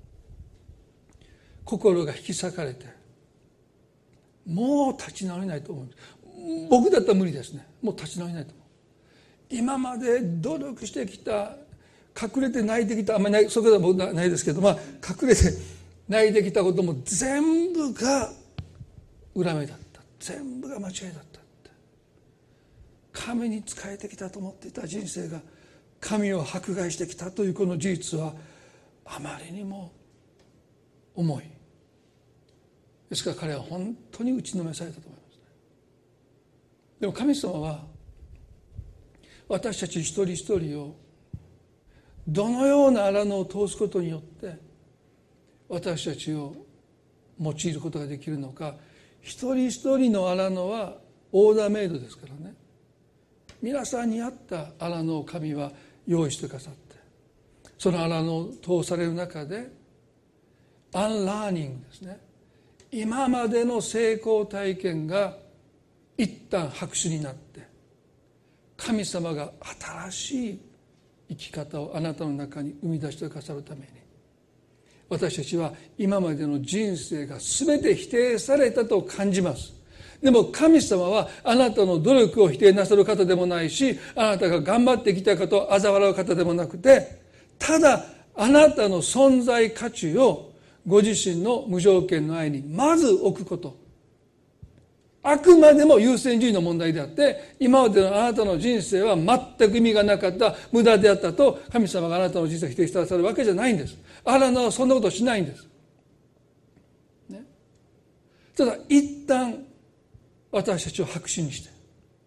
心が引き裂かれてもう立ち直れないと思います。僕だったら無理ですね。もう立ち直れないと思う。今まで努力してきた、隠れて泣いてきた、あんまりない、そういうことは僕ないですけど、隠れて泣いてきたことも全部が裏目だった、全部が間違いだった。神に仕えてきたと思っていた人生が神を迫害してきたというこの事実はあまりにも重いですから、彼は本当に打ちのめされたと思いますね。でも神様は私たち一人一人をどのような荒野を通すことによって私たちを用いることができるのか。一人一人の荒野はオーダーメイドですからね。皆さんに合った荒野を神は用意してくださって、その荒野を通される中でアンラーニングですね。今までの成功体験が一旦白紙になって、神様が新しい生き方をあなたの中に生み出してくださるために、私たちは今までの人生が全て否定されたと感じます。でも神様はあなたの努力を否定なさる方でもないし、あなたが頑張ってきたことを嘲笑う方でもなくて、ただあなたの存在価値をご自身の無条件の愛にまず置くこと、あくまでも優先順位の問題であって、今までのあなたの人生は全く意味がなかった、無駄であったと神様があなたの人生を否定してくださるわけじゃないんです。あなたはそんなことをしないんです、ね、ただ一旦私たちを白紙にして、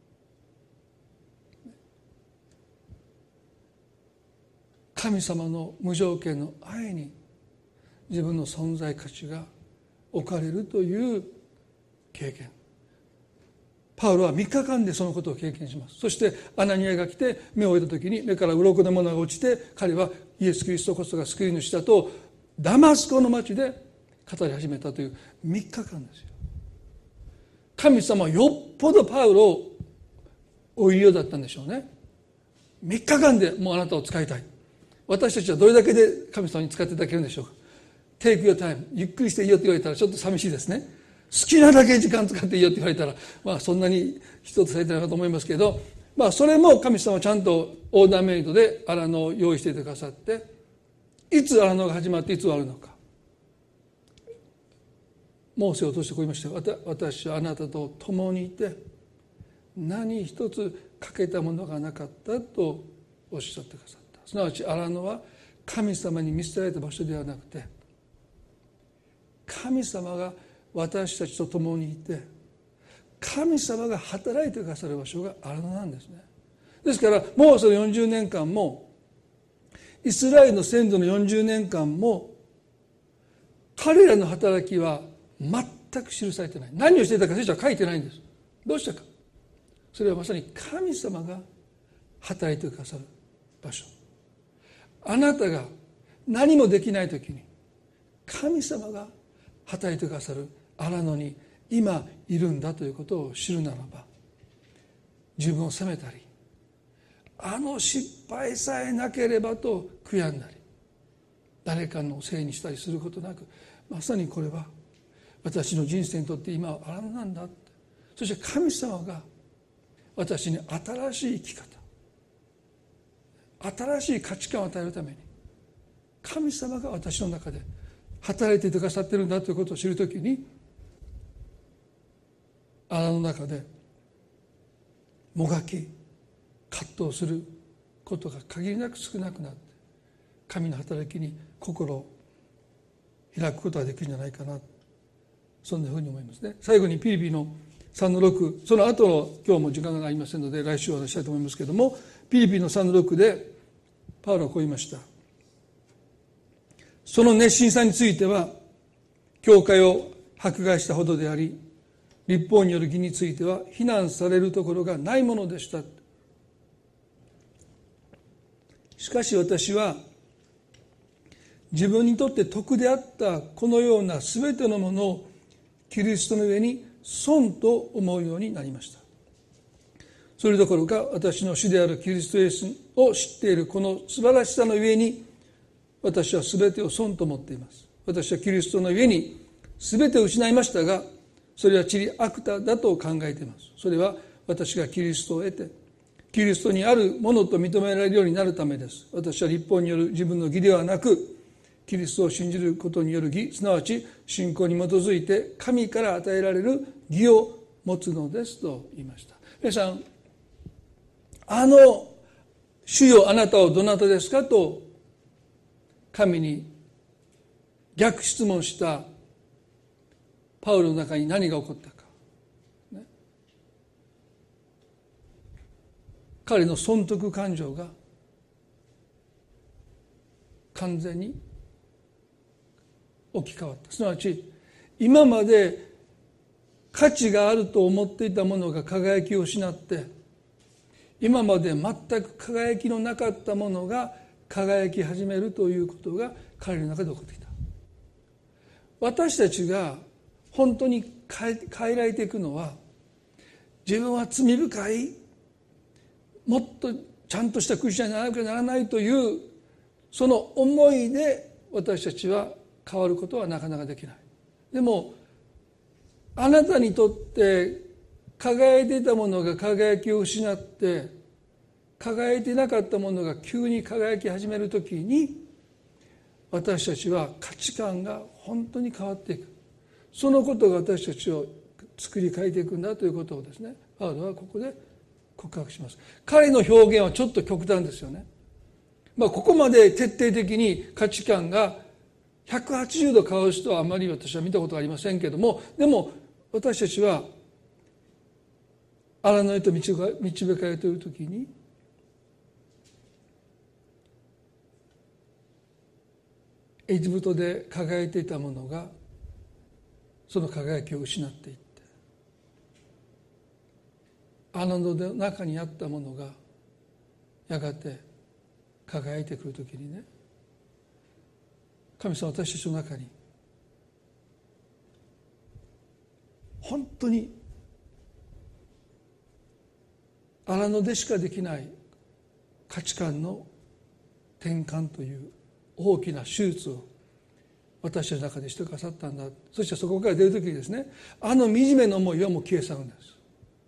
神様の無条件の愛に自分の存在価値が置かれるという経験。パウロは3日間でそのことを経験します。そしてアナニアが来て目を置いた時に目から鱗のものが落ちて、彼はイエス・キリストこそが救い主だとダマスコの町で語り始めたという3日間ですよ。神様はよっぽどパウロをお入りようだったんでしょうね。3日間でもうあなたを使いたい。私たちはどれだけで神様に使っていただけるんでしょうか。Take your time、 ゆっくりしていいよって言われたらちょっと寂しいですね。好きなだけ時間使っていいよって言われたら、そんなに人とされてないかと思いますけど、それも神様はちゃんとオーダーメイドで荒野を用意していてくださって、いつ荒野が始まっていつ終わるのか。モーセを通してこう言いました。私はあなたと共にいて何一つ欠けたものがなかったとおっしゃってくださった。すなわち荒野は神様に見捨てられた場所ではなくて、神様が私たちと共にいて神様が働いてくださる場所が荒野なんですね。ですからもうその40年間もイスラエルの先祖の40年間も彼らの働きは全く記されてない。何をしていたか聖書は書いてないんです。どうしたか。それはまさに神様が働いてくださる場所。あなたが何もできないときに神様が働いてくださる荒野に今いるんだということを知るならば、自分を責めたり、あの失敗さえなければと悔やんだり、誰かのせいにしたりすることなく、まさにこれは私の人生にとって今は荒野なんだって。そして神様が私に新しい生き方、新しい価値観を与えるために神様が私の中で働いてくださっているんだということを知るときに、荒野の中でもがき葛藤することが限りなく少なくなって、神の働きに心を開くことができるんじゃないかな、そんなふうに思いますね。最後にピリピの3-6、その後の今日も時間がありませんので来週お話したいと思いますけれども、ピリピの3-6でパウロはこう言いました。その熱心さについては教会を迫害したほどであり、律法による義については非難されるところがないものでした。しかし私は自分にとって得であったこのようなすべてのものをキリストの上に損と思うようになりました。それどころか私の主であるキリストイエスを知っているこの素晴らしさの上に、私はすべてを損と思っています。私はキリストの上にすべてを失いましたが、それは塵悪多だと考えています。それは私がキリストを得てキリストにあるものと認められるようになるためです。私は律法による自分の義ではなく、キリストを信じることによる義、すなわち信仰に基づいて神から与えられる義を持つのですと言いました。皆さん、主よあなたはどなたですかと神に逆質問したパウロの中に何が起こったか、ね、彼の損得感情が完全に置き換わった。すなわち今まで価値があると思っていたものが輝きを失って、今まで全く輝きのなかったものが輝き始めるということが彼の中で起こってきた。私たちが本当に変えられていくのは、自分は罪深い、もっとちゃんとしたクリスチャンにならなきゃならないというその思いで私たちは変わることはなかなかできない。でもあなたにとって輝いていたものが輝きを失って、輝いていなかったものが急に輝き始めるときに、私たちは価値観が本当に変わっていく。そのことが私たちを作り変えていくんだということをですね、パウロはここで告白します。彼の表現はちょっと極端ですよね。ここまで徹底的に価値観が180度変わる人はあまり私は見たことがありませんけれども、でも私たちは荒野へと導かれているときに、エジプトで輝いていたものがその輝きを失っていって、荒野の中にあったものがやがて輝いてくるときにね、神様は私たちの中に本当に荒野でしかできない価値観の転換という大きな手術を私たちの中でしてくださったんだ。そしてそこから出るときにですね、惨めな思いはもう消え去るんです。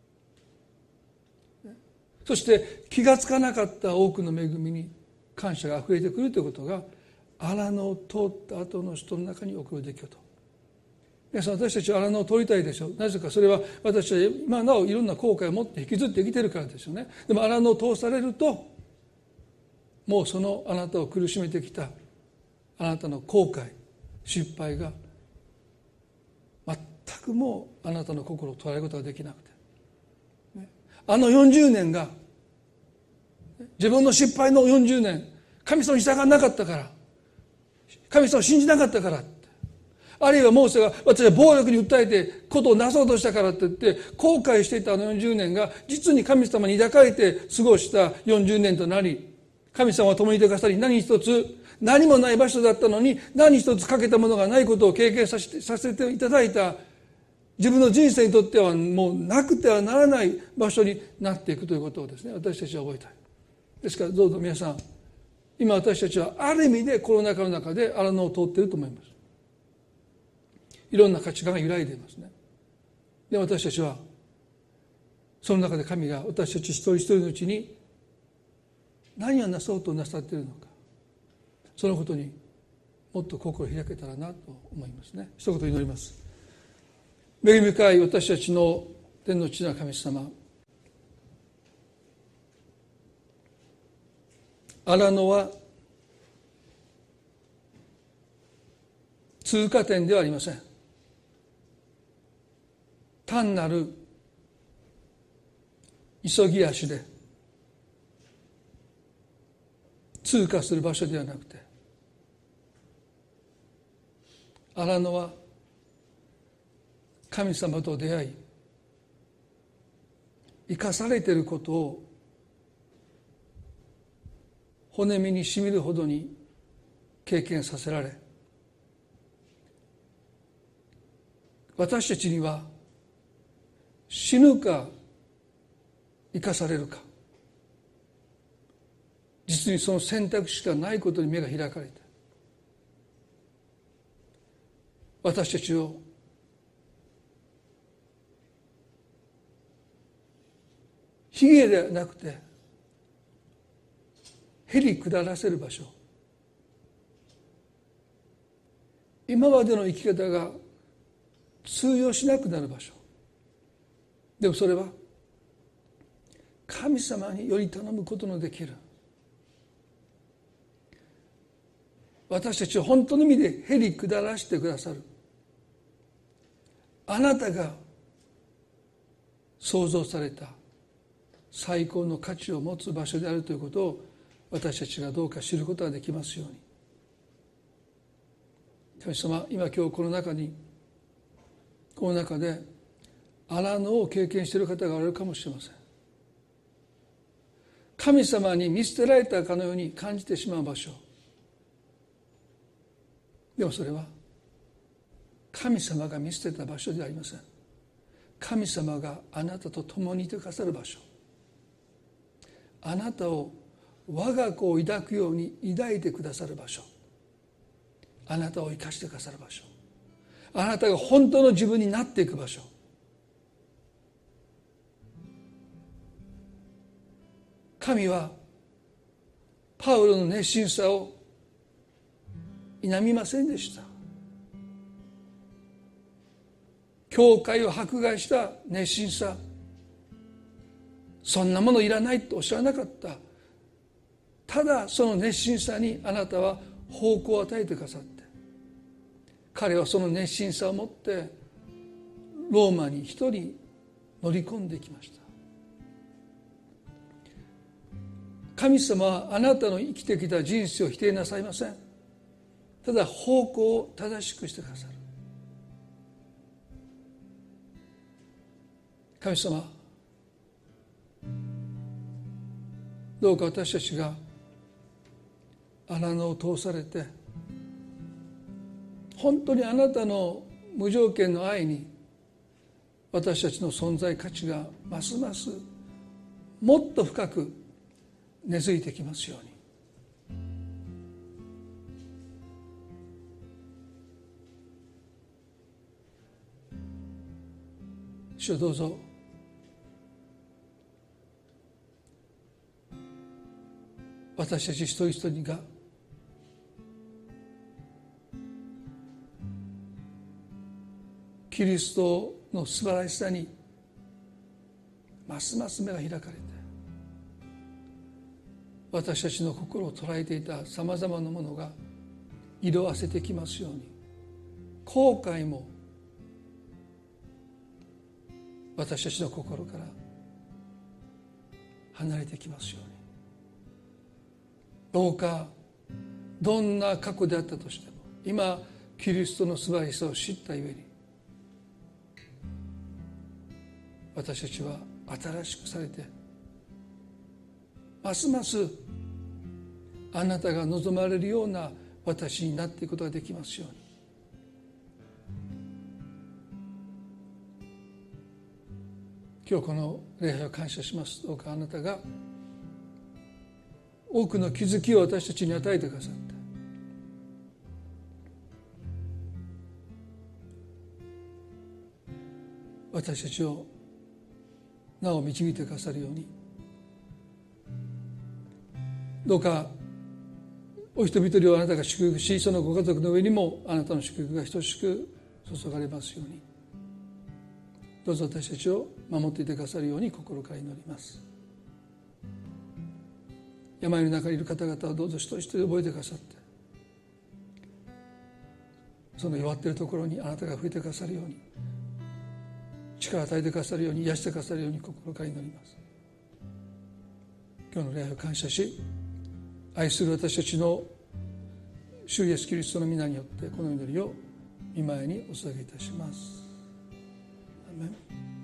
そして気がつかなかった多くの恵みに感謝があふれてくるということが、荒野を通った後の人の中に起こる出来事。皆さん、私たちは荒野を通りたいでしょう。なぜかそれは私たちは今なおいろんな後悔を持って引きずって生きているからですよね。でも荒野を通されると、もうそのあなたを苦しめてきたあなたの後悔、失敗が全くくもあなたの心を捉えることができなくて、あの40年が自分の失敗の40年、神様に従わなかったから、神様を信じなかったから、あるいはモーセが私は暴力に訴えてことをなそうとしたからって言って後悔していたあの40年が実に神様に抱かれて過ごした40年となり、神様は共にいてくださり、何一つ何もない場所だったのに何一つ欠けたものがないことを経験させていただいた、自分の人生にとってはもうなくてはならない場所になっていくということをですね、私たちは覚えたい。ですからどうぞ皆さん、今私たちはある意味でコロナ禍の中で荒野を通っていると思います。いろんな価値観が揺らいでいますね。で私たちはその中で神が私たち一人一人のうちに何をなそうとなさっているのか、そのことにもっと心を開けたらなと思いますね。一言祈ります。恵み深い私たちの天の父なる神様、荒野は通過点ではありません。単なる急ぎ足で通過する場所ではなくて、荒野は神様と出会い生かされていることを骨身にしみるほどに経験させられ、私たちには死ぬか生かされるか、実にその選択肢がないことに目が開かれて、私たちを卑下ではなくてへり下らせる場所、今までの生き方が通用しなくなる場所、でもそれは神様により頼むことのできる、私たちを本当の意味でへり下らしてくださるあなたが創造された最高の価値を持つ場所であるということを私たちがどうか知ることができますように。神様、今この中で荒野を経験している方がおられるかもしれません。神様に見捨てられたかのように感じてしまう場所、でもそれは神様が見捨てた場所ではありません。神様があなたと共にいてくださる場所、あなたを我が子を抱くように抱いてくださる場所、あなたを生かしてくださる場所、あなたが本当の自分になっていく場所、神はパウロの熱心さを否みませんでした。教会を迫害した熱心さ、そんなものいらないとおっしゃらなかった。ただその熱心さにあなたは方向を与えてくださって、彼はその熱心さを持ってローマに一人乗り込んできました。神様はあなたの生きてきた人生を否定なさいません。ただ方向を正しくしてくださる。神様、どうか私たちが荒野を通されて、本当にあなたの無条件の愛に私たちの存在価値がますますもっと深く根付いてきますように。主よ、どうぞ私たち一人一人がキリストの素晴らしさにますます目が開かれて、私たちの心を捉えていたさまざまなものが色あせてきますように、後悔も私たちの心から離れていきますように。どうかどんな過去であったとしても、今キリストの素晴らしさを知ったゆえに、私たちは新しくされて、ますますあなたが望まれるような私になっていくことができますように。今日この礼拝を感謝します。どうかあなたが多くの気づきを私たちに与えてくださって、私たちをなお導いてくださるように、どうかお人々をあなたが祝福し、そのご家族の上にもあなたの祝福が等しく注がれますように、どうぞ私たちを守っていてくださるように心から祈ります。病の中にいる方々をどうぞ一人一人覚えてくださって、その弱っているところにあなたが触れてくださるように、力を与えてくださるように、癒してくださるように心から祈ります。今日の礼拝を感謝し、愛する私たちの主イエスキリストの皆によってこの祈りを御前にお捧げいたします。アーメン。